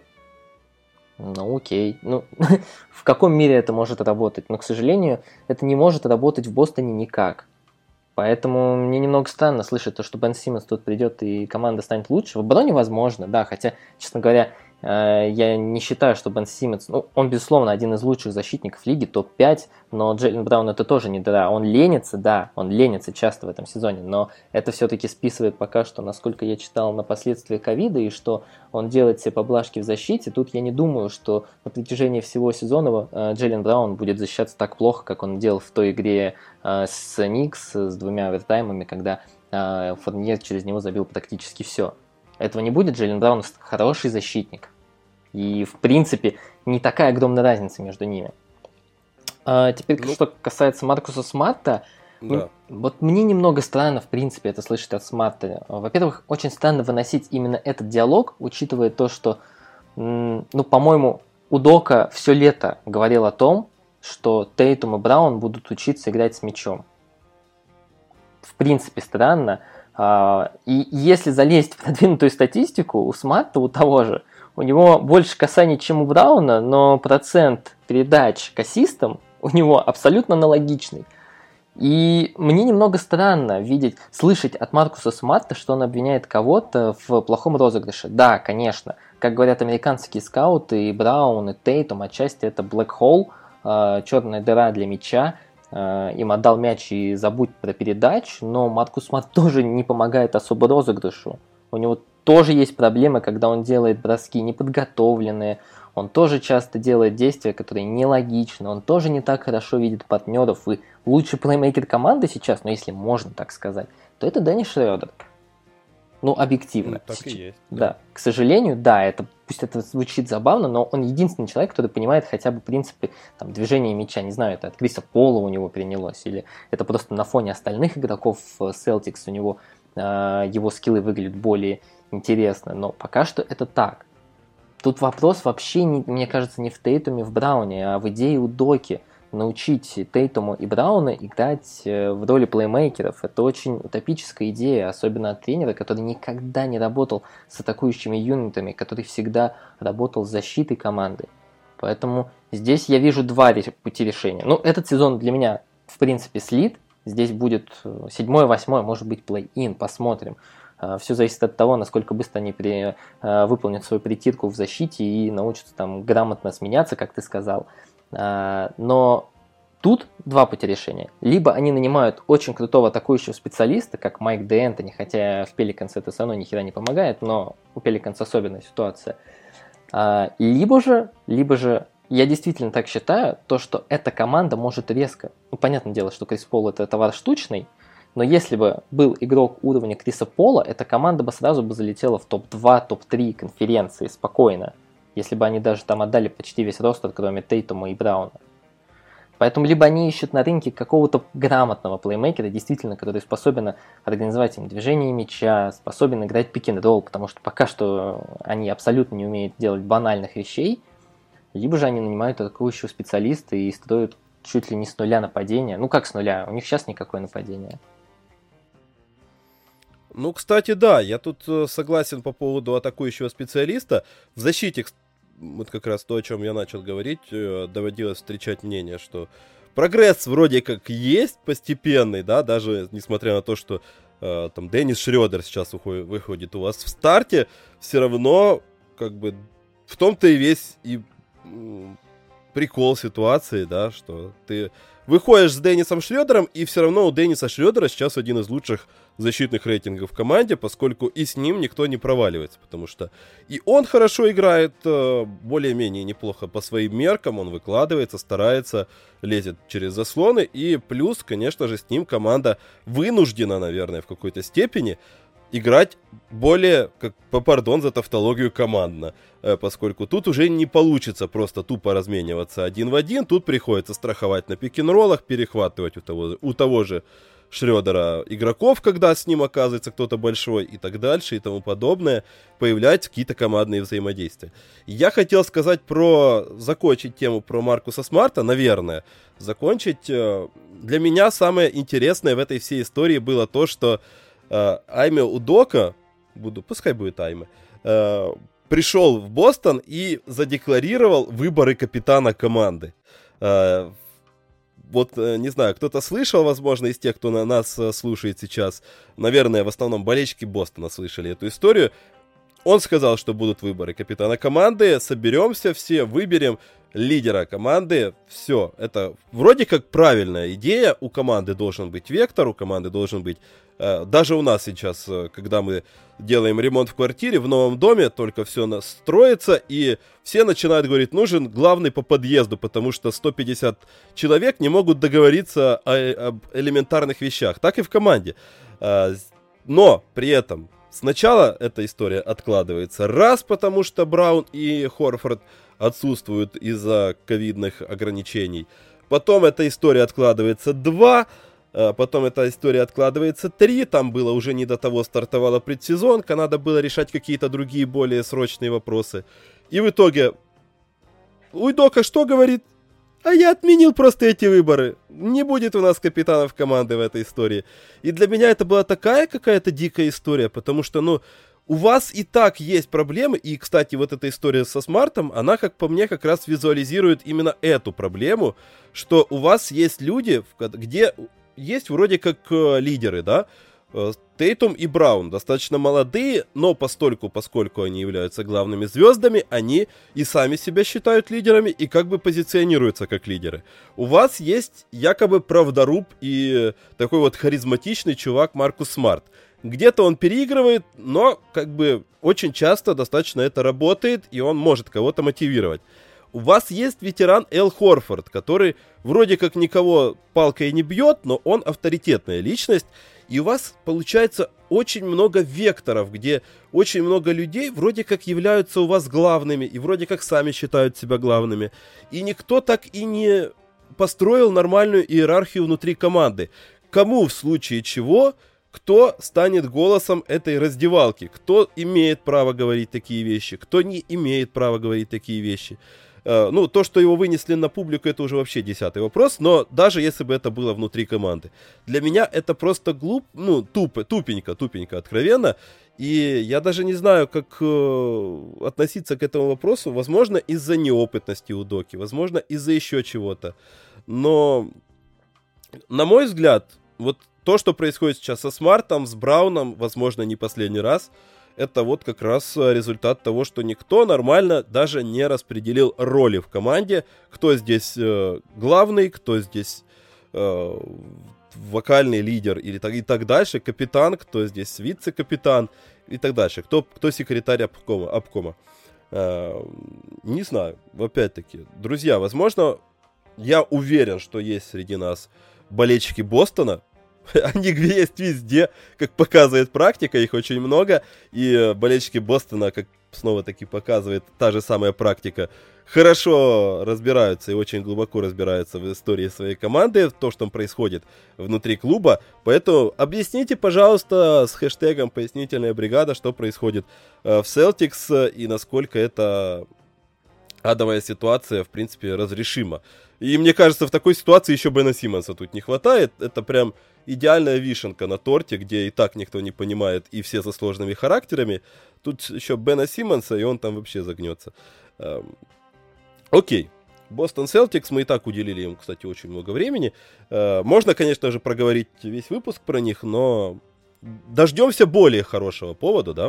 Окей. В каком мире это может работать? Но, к сожалению, это не может работать в Бостоне никак. Поэтому мне немного странно слышать то, что Бен Симмонс тут придет и команда станет лучше. В обороне возможно, да, хотя, честно говоря, я не считаю, что Бен Симмонс, он, безусловно, один из лучших защитников лиги, топ-5, но Джейлен Браун это тоже не дыра. Он ленится часто в этом сезоне, но это все-таки списывает пока что, насколько я читал, на последствия ковида, и что он делает себе поблажки в защите. Тут я не думаю, что на протяжении всего сезона Джейлен Браун будет защищаться так плохо, как он делал в той игре с Никс, с 2 овертаймами, когда Фурнье через него забил практически все. Этого не будет, Джейлен Браун хороший защитник. И, в принципе, не такая огромная разница между ними. Теперь, что касается Маркуса Смарта, да. Вот мне немного странно, в принципе, это слышать от Смарта. Во-первых, очень странно выносить именно этот диалог, учитывая то, что, по-моему, Удока все лето говорил о том, что Тейтум и Браун будут учиться играть с мячом. В принципе, странно. И если залезть в продвинутую статистику, у Смарта, у того же, у него больше касаний, чем у Брауна, но процент передач к ассистам у него абсолютно аналогичный. И мне немного странно слышать от Маркуса Смарта, что он обвиняет кого-то в плохом розыгрыше. Да, конечно, как говорят американские скауты, и Браун, и Тейтум, отчасти это black hole, черная дыра для мяча. Им отдал мяч и забудь про передачу, но Маркус Смарт тоже не помогает особо розыгрышу. У него тоже есть проблемы, когда он делает броски неподготовленные, он тоже часто делает действия, которые нелогичны, он тоже не так хорошо видит партнеров, и лучший плеймейкер команды сейчас, если можно так сказать, то это Деннис Шрёдер. Объективно. Так и есть. Да, к сожалению, да, это пусть это звучит забавно, но он единственный человек, который понимает хотя бы принципы там, движения мяча. Не знаю, это от Криса Пола у него перенялось, или это просто на фоне остальных игроков Celtics у него его скиллы выглядят более интересно. Но пока что это так. Тут вопрос вообще, мне кажется, не в Тейтуме, в Брауне, а в идее у Доки. Научить Тейтуму и Брауна играть в роли плеймейкеров. Это очень утопическая идея, особенно от тренера, который никогда не работал с атакующими юнитами, который всегда работал с защитой команды. Поэтому здесь я вижу два пути решения. Ну, этот сезон для меня, в принципе, слит. Здесь будет 7-8, может быть, плей-ин, посмотрим. Все зависит от того, насколько быстро они выполнят свою притирку в защите и научатся там грамотно сменяться, как ты сказал. Но тут два пути решения. Либо они нанимают очень крутого атакующего специалиста, как Майк Д'Энтони, хотя в Pelicans это все равно ни хера не помогает, но у Pelicans особенная ситуация. Либо же, я действительно так считаю, то, что эта команда может резко... Ну, понятное дело, что Крис Пол это товар штучный, но если бы был игрок уровня Криса Пола, эта команда бы сразу бы залетела в топ-2, топ-3 конференции спокойно. Если бы они даже там отдали почти весь ростер, кроме Тейтума и Брауна. Поэтому либо они ищут на рынке какого-то грамотного плеймейкера, действительно, который способен организовать им движение мяча, способен играть пик-н-ролл, потому что пока что они абсолютно не умеют делать банальных вещей, либо же они нанимают атакующего специалиста и строят чуть ли не с нуля нападения. Ну как с нуля? У них сейчас никакое нападение. Ну, кстати, да, я тут согласен по поводу атакующего специалиста. В защите, вот как раз то, о чем я начал говорить, доводилось встречать мнение, что прогресс вроде как есть постепенный, да, даже несмотря на то, что там Деннис Шрёдер сейчас выходит у вас в старте, все равно как бы в том-то и весь и прикол ситуации, да, что ты выходишь с Деннисом Шрёдером, и все равно у Денниса Шрёдера сейчас один из лучших защитных рейтингов в команде, поскольку и с ним никто не проваливается, потому что и он хорошо играет, более-менее неплохо по своим меркам, он выкладывается, старается, лезет через заслоны, и плюс, конечно же, с ним команда вынуждена, наверное, в какой-то степени играть более, пардон за тавтологию, командно, поскольку тут уже не получится просто тупо размениваться один в один, тут приходится страховать на пик-н-роллах, перехватывать у того же Шрёдера игроков, когда с ним оказывается кто-то большой и так дальше и тому подобное, появляются какие-то командные взаимодействия. Я хотел сказать закончить тему про Маркуса Смарта, наверное, закончить. Для меня самое интересное в этой всей истории было то, что Айме Удока, пускай будет Айме, пришел в Бостон и задекларировал выборы капитана команды. Вот, не знаю, кто-то слышал, возможно, из тех, кто нас слушает сейчас, наверное, в основном болельщики Бостона слышали эту историю. Он сказал, что будут выборы капитана команды, соберемся все, выберем лидера команды, все. Это вроде как правильная идея, у команды должен быть вектор, у команды должен быть... Даже у нас сейчас, когда мы делаем ремонт в квартире, в новом доме, только все строится, и все начинают говорить, нужен главный по подъезду, потому что 150 человек не могут договориться об элементарных вещах. Так и в команде. Но при этом сначала эта история откладывается. Раз, потому что Браун и Хорфорд отсутствуют из-за ковидных ограничений. Потом эта история откладывается 2. Потом эта история откладывается 3, там было уже не до того, стартовала предсезонка, надо было решать какие-то другие более срочные вопросы. И в итоге Уйдока что говорит? А я отменил просто эти выборы. Не будет у нас капитанов команды в этой истории. И для меня это была такая какая-то дикая история, потому что, у вас и так есть проблемы, и, кстати, вот эта история со Смартом, она, как по мне, как раз визуализирует именно эту проблему, что у вас есть люди, где... Есть вроде как лидеры, да, Тейтум и Браун, достаточно молодые, но поскольку они являются главными звездами, они и сами себя считают лидерами и как бы позиционируются как лидеры. У вас есть якобы правдоруб и такой вот харизматичный чувак Маркус Смарт. Где-то он переигрывает, но как бы очень часто достаточно это работает, и он может кого-то мотивировать. У вас есть ветеран Эл Хорфорд, который вроде как никого палкой не бьет, но он авторитетная личность. И у вас получается очень много векторов, где очень много людей вроде как являются у вас главными, и вроде как сами считают себя главными. И никто так и не построил нормальную иерархию внутри команды. Кому в случае чего, кто станет голосом этой раздевалки, кто имеет право говорить такие вещи, кто не имеет права говорить такие вещи. Ну, то, что его вынесли на публику, это уже вообще 10-й вопрос, но даже если бы это было внутри команды. Для меня это просто тупенько, откровенно, и я даже не знаю, как относиться к этому вопросу, возможно, из-за неопытности у Доки, возможно, из-за еще чего-то, но, на мой взгляд, вот то, что происходит сейчас со Смартом, с Брауном, возможно, не последний раз, это вот как раз результат того, что никто нормально даже не распределил роли в команде. Кто здесь главный, кто здесь вокальный лидер и так дальше, капитан, кто здесь вице-капитан и так дальше. Кто секретарь обкома. Не знаю, опять-таки. Друзья, возможно, я уверен, что есть среди нас болельщики Бостона. Они есть везде, как показывает практика, их очень много, и болельщики Бостона, как снова-таки показывает та же самая практика, хорошо разбираются и очень глубоко разбираются в истории своей команды, в том, что там происходит внутри клуба, поэтому объясните, пожалуйста, с хэштегом «Пояснительная бригада», что происходит в Celtics и насколько это адовая ситуация, в принципе, разрешима. И мне кажется, в такой ситуации еще Бена Симмонса тут не хватает. Это прям идеальная вишенка на торте, где и так никто не понимает, и все со сложными характерами. Тут еще Бена Симмонса, и он там вообще загнется. Окей. Бостон Селтикс, мы и так уделили им, кстати, очень много времени. Можно, конечно же, проговорить весь выпуск про них, но дождемся более хорошего повода, да?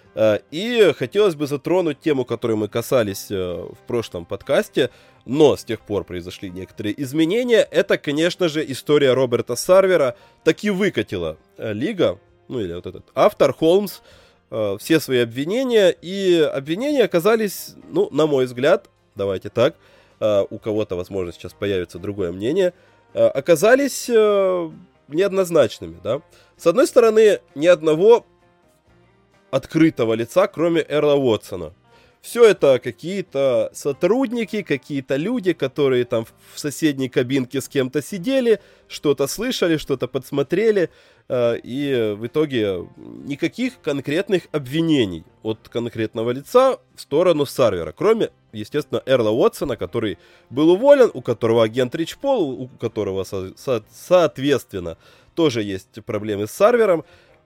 И хотелось бы затронуть тему, которой мы касались в прошлом подкасте, но с тех пор произошли некоторые изменения. Это, конечно же, история Роберта Сарвера. Таки выкатила лига, ну или вот этот автор Холмс, все свои обвинения. И обвинения оказались, ну, на мой взгляд, давайте так, у кого-то, возможно, сейчас появится другое мнение, оказались неоднозначными, да. С одной стороны, ни одного открытого лица, кроме Эрла Уотсона. Все это какие-то сотрудники, какие-то люди, которые там в соседней кабинке с кем-то сидели, что-то слышали, что-то подсмотрели, и в итоге никаких конкретных обвинений от конкретного лица в сторону Сарвера, кроме, естественно, Эрла Уотсона, который был уволен, у которого агент Рич Пол, у которого, соответственно, тоже есть проблемы с Сарвером,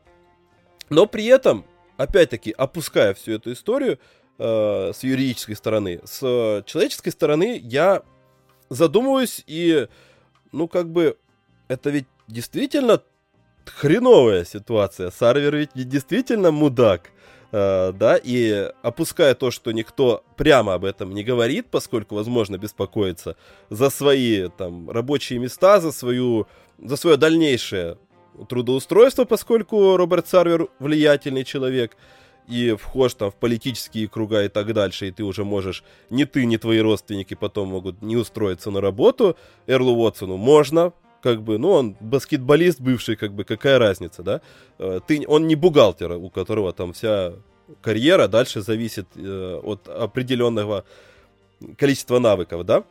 но при этом, опять-таки, опуская всю эту историю с юридической стороны, с человеческой стороны я задумываюсь, и, ну, как бы, это ведь действительно хреновая ситуация. Сарвер ведь действительно мудак, да, и опуская то, что никто прямо об этом не говорит, поскольку, возможно, беспокоится за свои там рабочие места, за свое дальнейшее трудоустройство, поскольку Роберт Сарвер влиятельный человек и вхож там в политические круга и так дальше, и ты уже можешь, ни ты, ни твои родственники потом могут не устроиться на работу. Эрлу Уотсону можно, как бы, ну, он баскетболист бывший, как бы, какая разница, да? Он не бухгалтер, у которого там вся карьера дальше зависит от определенного количества навыков, да?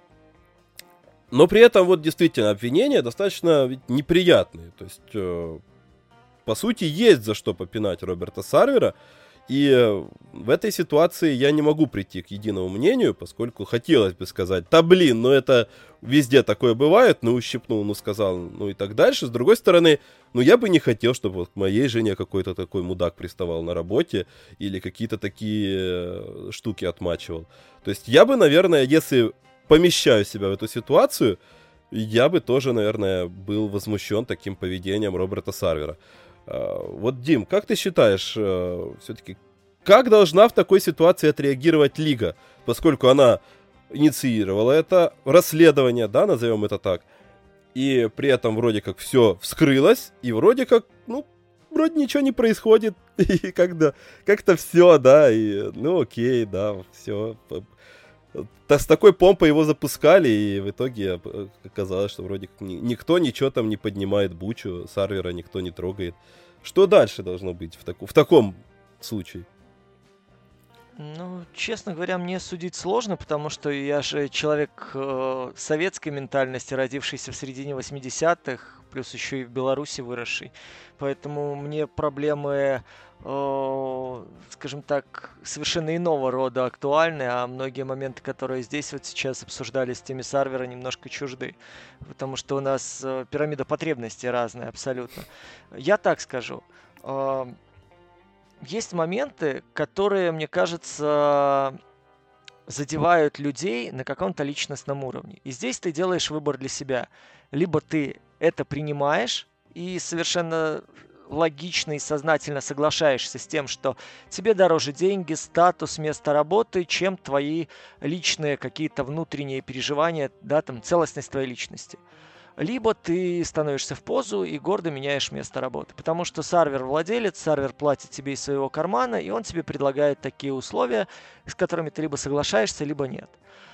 Но при этом вот действительно обвинения достаточно неприятные. То есть, по сути, есть за что попинать Роберта Сарвера. И в этой ситуации я не могу прийти к единому мнению, поскольку хотелось бы сказать, да блин, ну это везде такое бывает, ну ущипнул, ну сказал, ну и так дальше. С другой стороны, ну я бы не хотел, чтобы вот к моей жене какой-то такой мудак приставал на работе или какие-то такие штуки отмачивал. То есть я бы, наверное, если помещаю себя в эту ситуацию, я бы тоже, наверное, был возмущен таким поведением Роберта Сарвера. Вот, Дим, как ты считаешь, все-таки, как должна в такой ситуации отреагировать лига, поскольку она инициировала это расследование, да, назовем это так, и при этом вроде как все вскрылось, и вроде как, ну, вроде ничего не происходит, и как-то все, да, и, ну, окей, да, все. с такой помпой его запускали, и в итоге оказалось, что вроде никто ничего там не поднимает бучу, Сарвера никто не трогает. Что дальше должно быть в таком случае? Ну, честно говоря, мне судить сложно, потому что я же человек советской ментальности, родившийся в середине 80-х, плюс еще и в Беларуси выросший. Поэтому мне проблемы, скажем так, совершенно иного рода актуальны, а многие моменты, которые здесь вот сейчас обсуждались в теме Сарвера, немножко чужды. Потому что у нас пирамида потребностей разная абсолютно. Я так скажу. Есть моменты, которые, мне кажется, задевают людей на каком-то личностном уровне. И здесь ты делаешь выбор для себя. Либо ты это принимаешь и совершенно логично и сознательно соглашаешься с тем, что тебе дороже деньги, статус, место работы, чем твои личные какие-то внутренние переживания, да, там, целостность твоей личности. Либо ты становишься в позу и гордо меняешь место работы. Потому что Сарвер владелец, Сарвер платит тебе из своего кармана, и он тебе предлагает такие условия, с которыми ты либо соглашаешься, либо нет.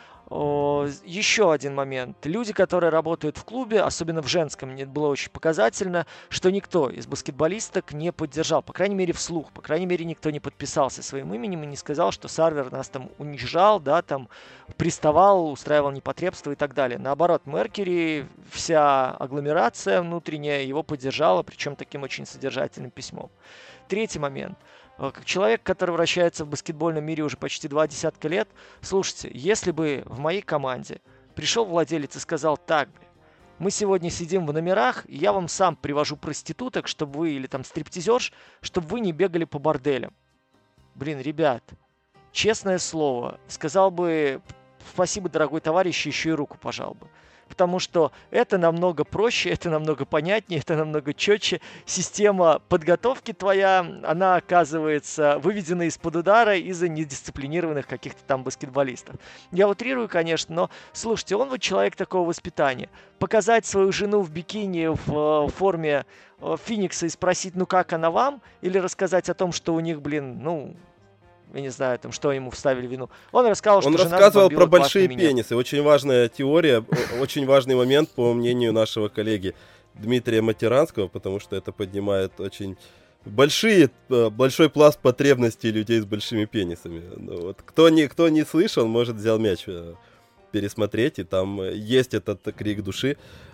Еще один момент. Люди, которые работают в клубе, особенно в женском, мне было очень показательно, что никто из баскетболисток не поддержал, по крайней мере вслух, по крайней мере никто не подписался своим именем и не сказал, что Сарвер нас там унижал, да, там приставал, устраивал непотребство и так далее. Наоборот, Меркьюри, вся агломерация внутренняя его поддержала, причем таким очень содержательным письмом. Третий момент. Как человек, который вращается в баскетбольном мире уже почти 20 лет, слушайте, если бы в моей команде пришел владелец и сказал: так, мы сегодня сидим в номерах, и я вам сам привожу проституток, чтобы вы, или там стриптизерш, чтобы вы не бегали по борделям. Блин, ребят, честное слово, сказал бы: спасибо, дорогой товарищ, еще и руку пожал бы. Потому что это намного проще, это намного понятнее, это намного четче. Система подготовки твоя, она оказывается выведена из-под удара из-за недисциплинированных каких-то там баскетболистов. Я утрирую, конечно, но слушайте, он вот человек такого воспитания. Показать свою жену в бикини в форме Феникса и спросить, ну как она вам? Или рассказать о том, что у них, блин, ну... Я не знаю, там, что ему вставили в вину. Он рассказывал, что жена рассказывал про большие меня. пенисы. Очень важная теория, очень важный момент, по мнению нашего коллеги Дмитрия Матеранского, потому что это поднимает очень большой пласт потребностей людей с большими пенисами. Ну, вот, кто не слышал, может взял мяч пересмотреть, и там есть этот крик души.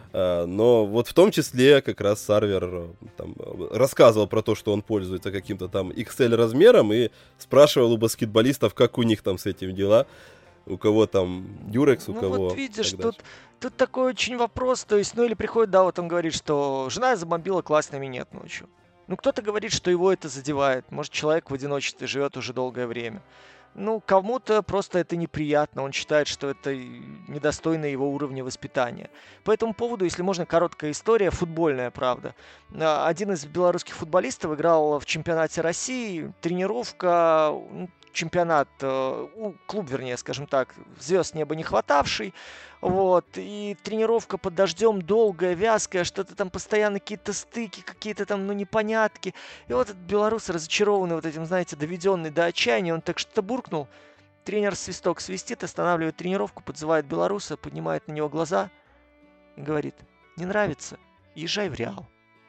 Но вот в том числе как раз Сарвер там рассказывал про то, что он пользуется каким-то там XL размером, и спрашивал у баскетболистов, как у них там с этим дела, у кого там Дюрекс, у кого... Вот видишь, тут такой очень вопрос, то есть, ну или приходит, да, вот он говорит, что жена забомбила, классный минет ночью. Ну кто-то говорит, что его это задевает, может человек в одиночестве живет уже долгое время. Ну, кому-то просто это неприятно, он считает, что это недостойно его уровня воспитания. По этому поводу, если можно, короткая история, футбольная, правда. Один из белорусских футболистов играл в чемпионате России, тренировка, чемпионат, клуб, вернее, скажем так, звезд неба не хватавший, вот, и тренировка под дождем долгая, вязкая, что-то там постоянно какие-то стыки, какие-то там, ну, непонятки. И вот этот белорус, разочарованный вот этим, знаете, доведенный до отчаяния, он так что-то буркнул. Тренер свисток свистит, останавливает тренировку, подзывает белоруса, поднимает на него глаза и говорит: не нравится, езжай в Реал.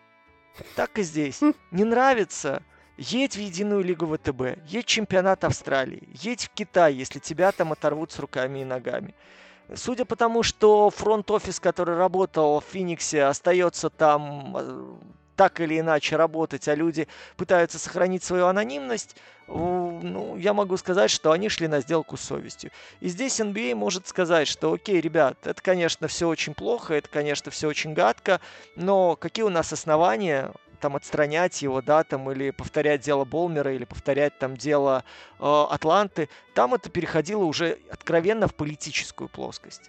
Так и здесь. Не нравится, едь в единую лигу ВТБ, едь в чемпионат Австралии, едь в Китай, если тебя там оторвут с руками и ногами. Судя по тому, что фронт-офис, который работал в Фениксе, остается там так или иначе работать, а люди пытаются сохранить свою анонимность, ну, я могу сказать, что они шли на сделку с совестью. И здесь NBA может сказать, что окей, ребят, это, конечно, все очень плохо, это, конечно, все очень гадко, но какие у нас основания там отстранять его, да, там, или повторять дело Болмера, или повторять там дело Атланты, там это переходило уже откровенно в политическую плоскость.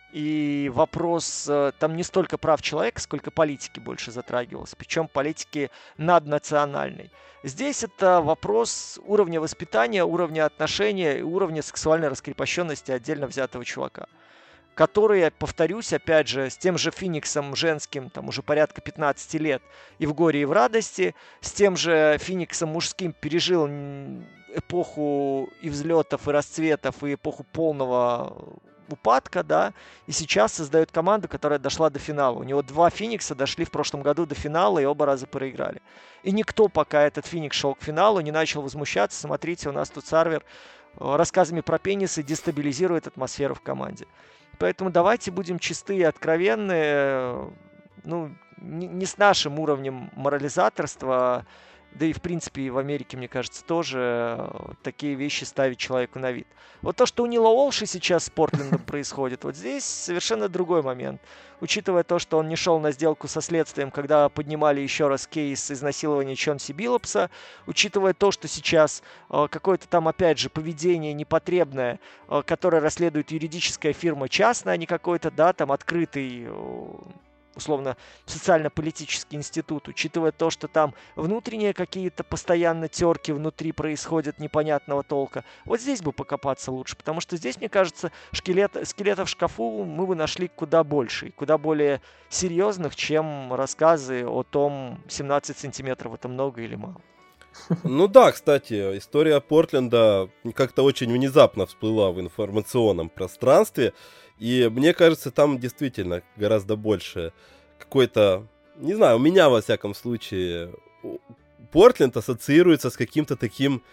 И вопрос там не столько прав человека, сколько политики больше затрагивался, причем политики наднациональной. Здесь это вопрос уровня воспитания, уровня отношения и уровня сексуальной раскрепощенности отдельно взятого чувака, который, повторюсь, опять же, с тем же Фениксом женским, там уже порядка 15 лет, и в горе, и в радости, с тем же Фениксом мужским пережил эпоху и взлетов, и расцветов, и эпоху полного упадка, да, и сейчас создает команду, которая дошла до финала. У него 2 Феникса дошли в прошлом году до финала и оба раза проиграли. И никто, пока этот Феникс шел к финалу, не начал возмущаться. Смотрите, у нас тут Сарвер рассказами про пенисы дестабилизирует атмосферу в команде. Поэтому давайте будем чисты и откровенны, ну, не с нашим уровнем морализаторства, да и в принципе в Америке, мне кажется, тоже такие вещи ставить человеку на вид. Вот то, что у Нила Олши сейчас с Портлендом происходит, вот здесь совершенно другой момент. Учитывая то, что он не шел на сделку со следствием, когда поднимали еще раз кейс изнасилования Чонси Биллопса, учитывая то, что сейчас какое-то там, опять же, поведение непотребное, которое расследует юридическая фирма частная, а не какой-то, да, там открытый, условно, социально-политический институт, учитывая то, что там внутренние какие-то постоянно терки внутри происходят непонятного толка. Вот здесь бы покопаться лучше, потому что здесь, мне кажется, скелетов в шкафу мы бы нашли куда больше, куда более серьезных, чем рассказы о том, 17 сантиметров это много или мало. Ну да, кстати, история Портленда как-то очень внезапно всплыла в информационном пространстве, и мне кажется, там действительно гораздо больше какой-то, не знаю, у меня во всяком случае, Портленд ассоциируется с каким-то таким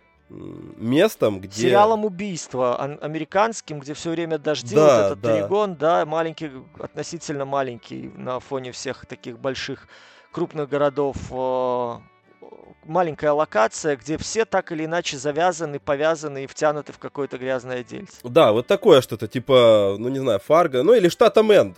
местом, где... Сериалом убийства американским, где все время дожди, да, вот этот да. Орегон, да, маленький, относительно маленький на фоне всех таких больших, крупных городов, маленькая локация, где все так или иначе завязаны, повязаны и втянуты в какое-то грязное дельце. Да, вот такое что-то, типа, ну не знаю, Фарго, ну или Штата Мэн.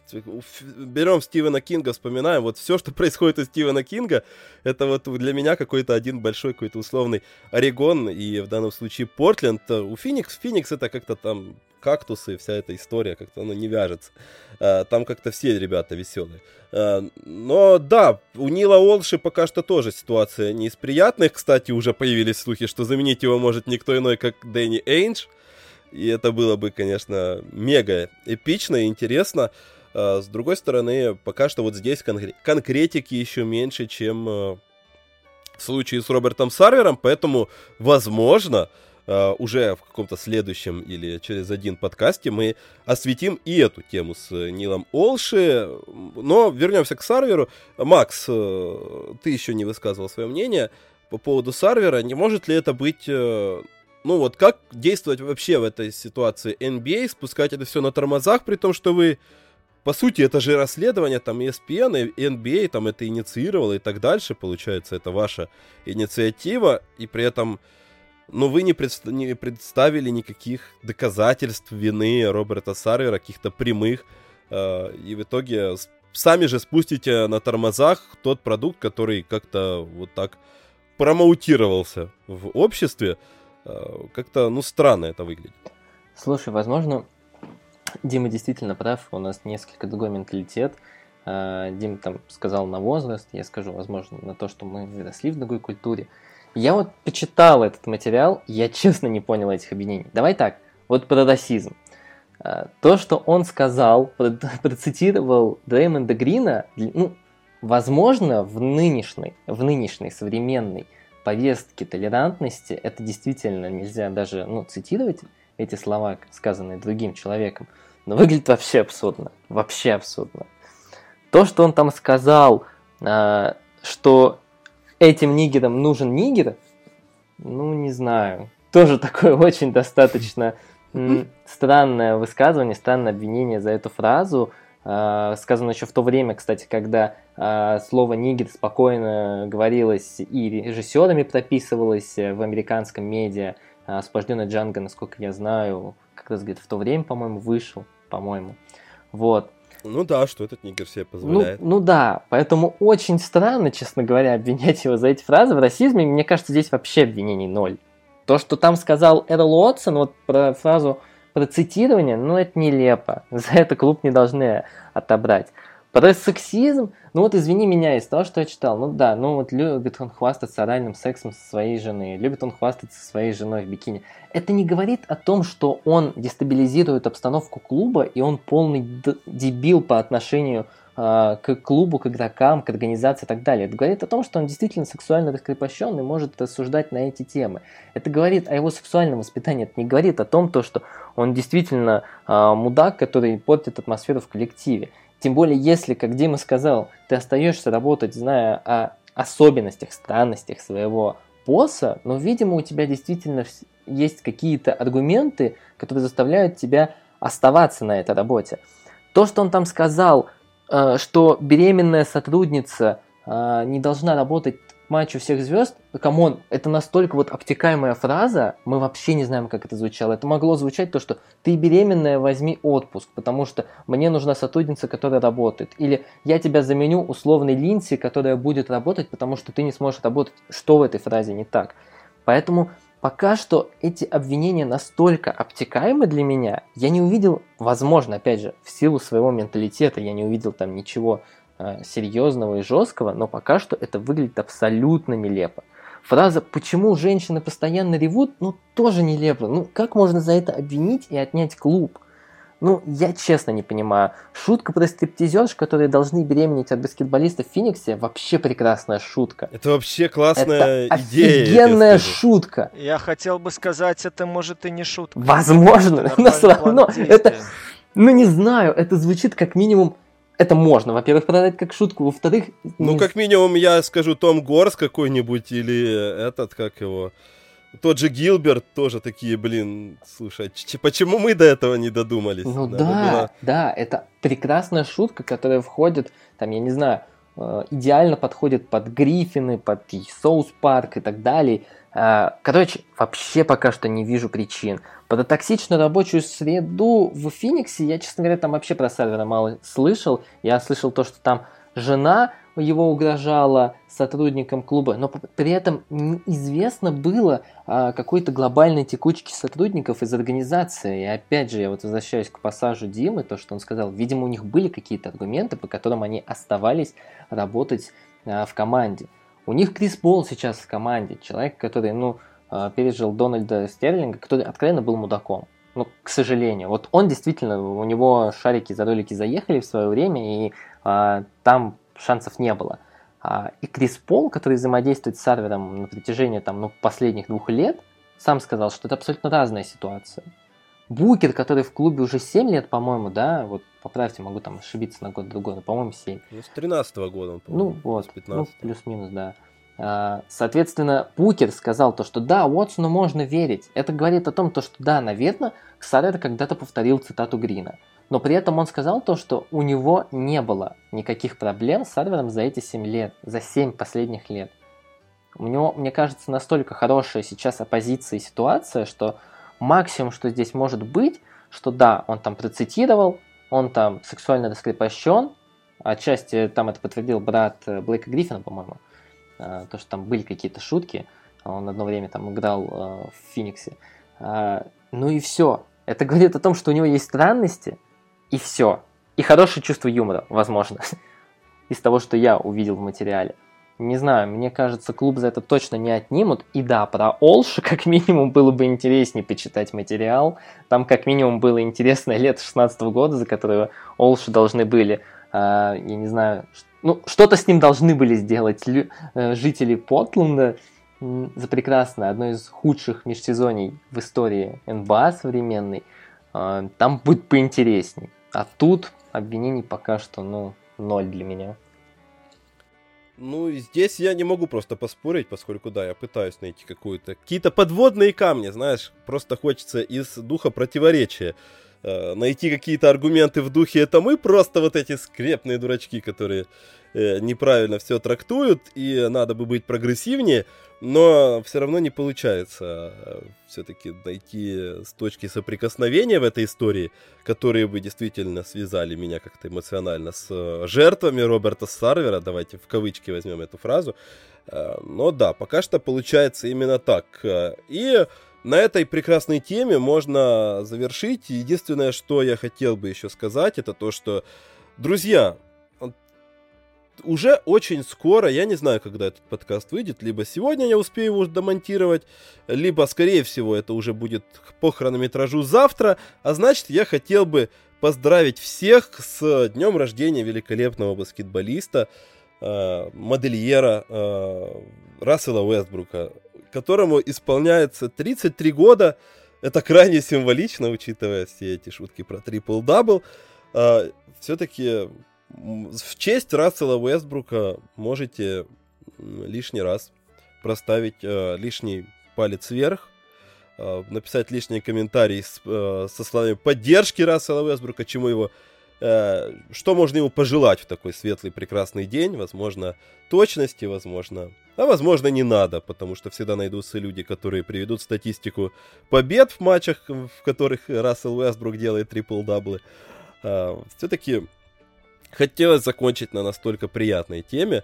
Берем Стивена Кинга, вспоминаем, вот все, что происходит у Стивена Кинга, это вот для меня какой-то один большой, какой-то условный Орегон, и в данном случае Портленд. У Феникс это как-то там кактусы, вся эта история, как-то оно не вяжется. Там как-то все ребята веселые. Но да, у Нила Олши пока что тоже ситуация не из приятных. Кстати, уже появились слухи, что заменить его может никто иной, как Дэнни Эйндж. И это было бы, конечно, мега эпично и интересно. С другой стороны, пока что вот здесь конкретики еще меньше, чем в случае с Робертом Сарвером. Поэтому, возможно, уже в каком-то следующем или через один подкасте мы осветим и эту тему с Нилом Олши. Но вернемся к Сарверу. Макс, ты еще не высказывал свое мнение по поводу Сарвера. Не может ли это быть... ну вот как действовать вообще в этой ситуации NBA, спускать это все на тормозах, при том, что вы... По сути, это же расследование, там, ESPN и NBA там это инициировало и так дальше. Получается, это ваша инициатива, и при этом... Но вы не представили никаких доказательств вины Роберта Сарвера, каких-то прямых. И в итоге сами же спустите на тормозах тот продукт, который как-то вот так промоутировался в обществе. Как-то, ну, странно это выглядит. Слушай, возможно, Дима действительно прав, у нас несколько другой менталитет. Дима там сказал на возраст, я скажу, возможно, на то, что мы выросли в другой культуре. Я вот почитал этот материал, я честно не понял этих обвинений. Давай так, вот про расизм. То, что он сказал, процитировал Дреймонда Грина, ну, возможно, в нынешней современной повестке толерантности это действительно нельзя даже, ну, цитировать эти слова, сказанные другим человеком, но выглядит вообще абсурдно. Вообще абсурдно. То, что он там сказал, что этим нигерам нужен нигер, ну, не знаю. Тоже такое очень достаточно странное высказывание, странное обвинение за эту фразу. Сказано еще в то время, кстати, когда слово «нигер» спокойно говорилось и режиссерами прописывалось в американском медиа. «Освобожденный Джанго», насколько я знаю, как раз где-то в то время, по-моему, вышел, по-моему. Вот. Ну да, что этот нигер себе позволяет. Ну да, поэтому очень странно, честно говоря, обвинять его за эти фразы в расизме. Мне кажется, здесь вообще обвинений ноль. То, что там сказал Эрл Уотсон, вот про фразу про цитирование, ну это нелепо. За это клуб не должны отобрать. Про сексизм, ну вот извини меня из того, что я читал. Ну да, ну вот любит он хвастаться оральным сексом со своей женой, любит он хвастаться со своей женой в бикини. Это не говорит о том, что он дестабилизирует обстановку клуба, и он полный дебил по отношению к клубу, к игрокам, к организации и так далее. Это говорит о том, что он действительно сексуально раскрепощен и может рассуждать на эти темы. Это говорит о его сексуальном воспитании, это не говорит о том, что он действительно мудак, который портит атмосферу в коллективе. Тем более, если, как Дима сказал, ты остаешься работать, зная о особенностях, странностях своего босса, но, видимо, у тебя действительно есть какие-то аргументы, которые заставляют тебя оставаться на этой работе. То, что он там сказал, что беременная сотрудница не должна работать в матче всех звезд, камон, это настолько вот обтекаемая фраза, мы вообще не знаем, как это звучало. Это могло звучать то, что ты беременная, возьми отпуск, потому что мне нужна сотрудница, которая работает. Или я тебя заменю условной Линдси, которая будет работать, потому что ты не сможешь работать. Что в этой фразе не так? Поэтому пока что эти обвинения настолько обтекаемы для меня, я не увидел, возможно, опять же, в силу своего менталитета, я не увидел там ничего серьезного и жесткого, но пока что это выглядит абсолютно нелепо. Фраза «почему женщины постоянно ревут» тоже нелепо. Как можно за это обвинить и отнять клуб? Я честно не понимаю. Шутка про стриптизерш, которые должны беременеть от баскетболистов в Фениксе, вообще прекрасная шутка. Это вообще классная это идея. Офигенная шутка. Я хотел бы сказать, это может и не шутка. Возможно, но все равно это, не знаю, это звучит как минимум. Это можно, во-первых, продать как шутку, во-вторых... как минимум, я скажу, Том Горс какой-нибудь, или как его... Тот же Гилберт тоже такие, слушай, почему мы до этого не додумались? Да, это прекрасная шутка, которая входит, там, я не знаю, идеально подходит под Гриффины, под Соус Парк и так далее. Короче, вообще пока что не вижу причин. Про токсичную рабочую среду в Фениксе я, честно говоря, там вообще про Сарвера мало слышал. Я слышал то, что там жена его угрожала сотрудникам клуба, но при этом неизвестно было какой-то глобальной текучки сотрудников из организации. И опять же, я вот возвращаюсь к пассажу Димы, то, что он сказал, видимо, у них были какие-то аргументы, по которым они оставались работать в команде. У них Крис Пол сейчас в команде, человек, который, пережил Дональда Стерлинга, который откровенно был мудаком. К сожалению. Вот он действительно, у него шарики за ролики заехали в свое время, и там шансов не было. И Крис Пол, который взаимодействует с Сарвером на протяжении последних 2 лет, сам сказал, что это абсолютно разная ситуация. Букер, который в клубе уже 7 лет, по-моему, да, вот поправьте, могу там ошибиться на год-другой, но, по-моему, 7. С 13-го года он, по-моему. С 15. Плюс-минус, да. Соответственно, Букер сказал то, что да, Уотсону можно верить. Это говорит о том, что да, наверное, Сарвер когда-то повторил цитату Грина. Но при этом он сказал то, что у него не было никаких проблем с Сарвером за эти 7 лет, за 7 последних лет. У него, мне кажется, настолько хорошая сейчас оппозиция и ситуация, что максимум, что здесь может быть, что да, он там процитировал, он там сексуально раскрепощен, отчасти там это подтвердил брат Блейка Гриффина, по-моему, то, что там были какие-то шутки, он одно время там играл в Фениксе. И все. Это говорит о том, что у него есть странности, и все. И хорошее чувство юмора, возможно, из того, что я увидел в материале. Не знаю, мне кажется, клуб за это точно не отнимут. И да, про Олша как минимум было бы интереснее почитать материал. Там как минимум было интересное лето 16 года, за которое Олши должны были, я не знаю, что-то с ним должны были сделать жители Портленда за прекрасное, одно из худших межсезоний в истории НБА современной. Там будет поинтересней. А тут обвинений пока что, 0 для меня. Здесь я не могу просто поспорить, поскольку, да, я пытаюсь найти какие-то подводные камни, знаешь, просто хочется из духа противоречия найти какие-то аргументы в духе «это мы просто вот эти скрепные дурачки, которые неправильно все трактуют, и надо бы быть прогрессивнее», но все равно не получается все-таки найти точки соприкосновения в этой истории, которые бы действительно связали меня как-то эмоционально с жертвами Роберта Сарвера, давайте в кавычки возьмем эту фразу, но да, пока что получается именно так. И на этой прекрасной теме можно завершить. Единственное, что я хотел бы еще сказать, это то, что, друзья, уже очень скоро, я не знаю, когда этот подкаст выйдет, либо сегодня я успею его домонтировать, либо, скорее всего, это уже будет по хронометражу завтра, а значит, я хотел бы поздравить всех с днем рождения великолепного баскетболиста, модельера Рассела Уэстбрука, которому исполняется 33 года. Это крайне символично, учитывая все эти шутки про трипл-дабл. Все-таки в честь Рассела Уэстбрука можете лишний раз проставить лишний палец вверх, написать лишний комментарий со словами поддержки Рассела Уэстбрука, что можно ему пожелать в такой светлый прекрасный день. Возможно, точности, возможно не надо, потому что всегда найдутся люди, которые приведут статистику побед в матчах, в которых Рассел Уэстбрук делает трипл-даблы. Все-таки хотелось закончить на настолько приятной теме.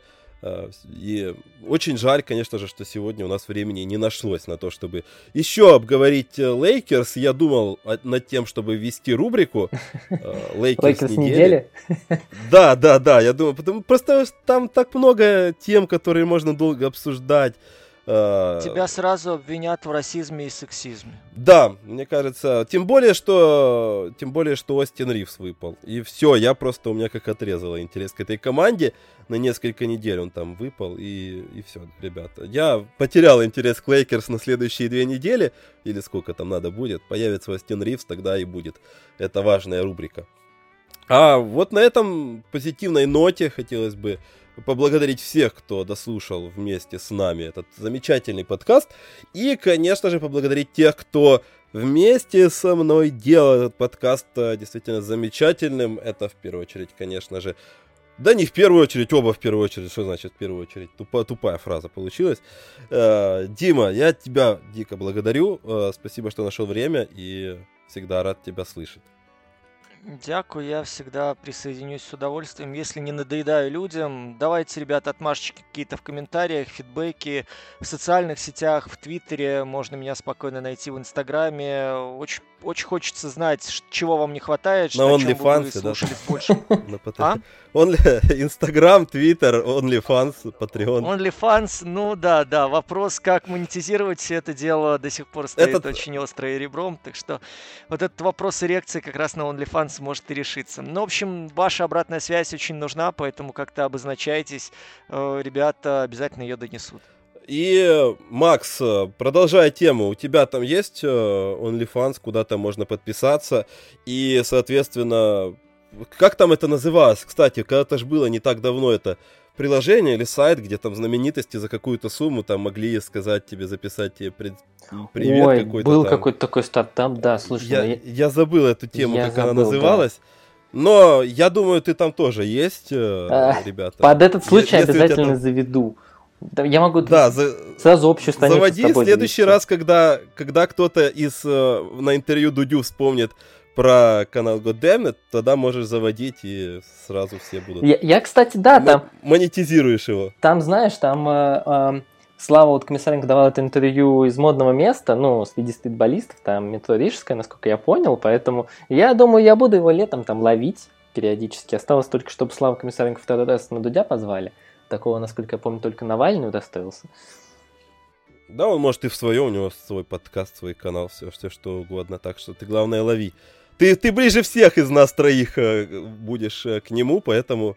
И очень жаль, конечно же, что сегодня у нас времени не нашлось на то, чтобы еще обговорить Лейкерс. Я думал над тем, чтобы ввести рубрику Лейкерс недели. Да, я думаю, просто там так много тем, которые можно долго обсуждать. Тебя сразу обвинят в расизме и сексизме. Да, мне кажется, тем более, что Остин Ривз выпал. И все, у меня как отрезало интерес к этой команде. На несколько недель он там выпал, и все, ребята. Я потерял интерес к Лейкерс на следующие 2 недели, или сколько там надо будет. Появится Остин Ривз, тогда и будет. Это важная рубрика. А вот на этом позитивной ноте хотелось бы поблагодарить всех, кто дослушал вместе с нами этот замечательный подкаст. И, конечно же, поблагодарить тех, кто вместе со мной делал этот подкаст действительно замечательным. Это в первую очередь, конечно же, да не в первую очередь, оба в первую очередь. Что значит в первую очередь? Тупая фраза получилась. Дима, я тебя дико благодарю. Спасибо, что нашел время, и всегда рад тебя слышать. Дякую, я всегда присоединюсь с удовольствием. Если не надоедаю людям, давайте, ребята, отмашечки какие-то в комментариях, фидбэки, в социальных сетях, в Твиттере. Можно меня спокойно найти в Инстаграме. Очень хочется знать, чего вам не хватает, на о чем бы вы слушали больше. Инстаграм, Твиттер, OnlyFans, Patreon. OnlyFans, да. Вопрос, как монетизировать все это дело, до сих пор стоит очень острым ребром. Так что вот этот вопрос эрекции как раз на OnlyFans может и решиться. Ну, в общем, ваша обратная связь очень нужна, поэтому как-то обозначайтесь. Ребята обязательно ее донесут. И, Макс, продолжая тему, у тебя там есть OnlyFans, куда там можно подписаться, и, соответственно, как там это называлось? Кстати, когда-то ж было не так давно это приложение или сайт, где там знаменитости за какую-то сумму там могли сказать тебе, записать тебе привет. Ой, какой-то был там. Какой-то такой стартап, да, слушай. Я забыл эту тему, она называлась. Да. Но я думаю, ты там тоже есть, ребята. Под этот случай обязательно заведу. Я могу сразу общую страницу заводи с тобой в следующий раз, когда кто-то на интервью Дудю вспомнит про канал Goddammit, тогда можешь заводить, и сразу все будут. Я кстати, да, там... Монетизируешь его. Там, знаешь, Слава вот Комиссаренко давал это интервью из модного места, среди стритболистов, там метро Рижское, насколько я понял, поэтому я думаю, я буду его летом там ловить периодически. Осталось только, чтобы Славу Комиссаренко второй раз на Дудя позвали. Такого, насколько я помню, только Навальный удостоился. Да, он может и в своем, у него свой подкаст, свой канал, все что угодно. Так что ты, главное, лови. Ты ближе всех из нас троих будешь к нему, поэтому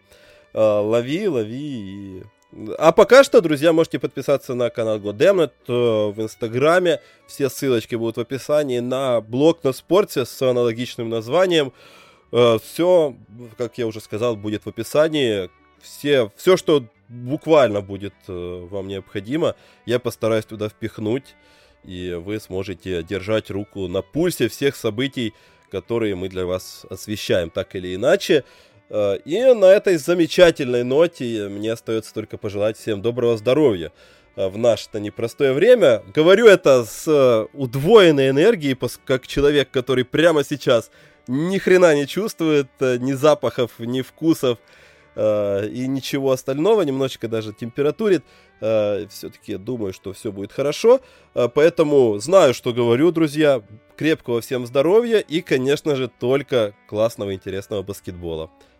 лови. А пока что, друзья, можете подписаться на канал Goddammit в Инстаграме. Все ссылочки будут в описании. На блог на спорте с аналогичным названием. Все, как я уже сказал, будет в описании. Все, что буквально будет вам необходимо, я постараюсь туда впихнуть, и вы сможете держать руку на пульсе всех событий, которые мы для вас освещаем, так или иначе. И на этой замечательной ноте мне остается только пожелать всем доброго здоровья в наше-то непростое время. Говорю это с удвоенной энергией, как человек, который прямо сейчас ни хрена не чувствует, ни запахов, ни вкусов, и ничего остального, немножечко даже температурит. Все-таки думаю, что все будет хорошо. Поэтому знаю, что говорю, друзья. Крепкого всем здоровья и, конечно же, только классного, интересного баскетбола.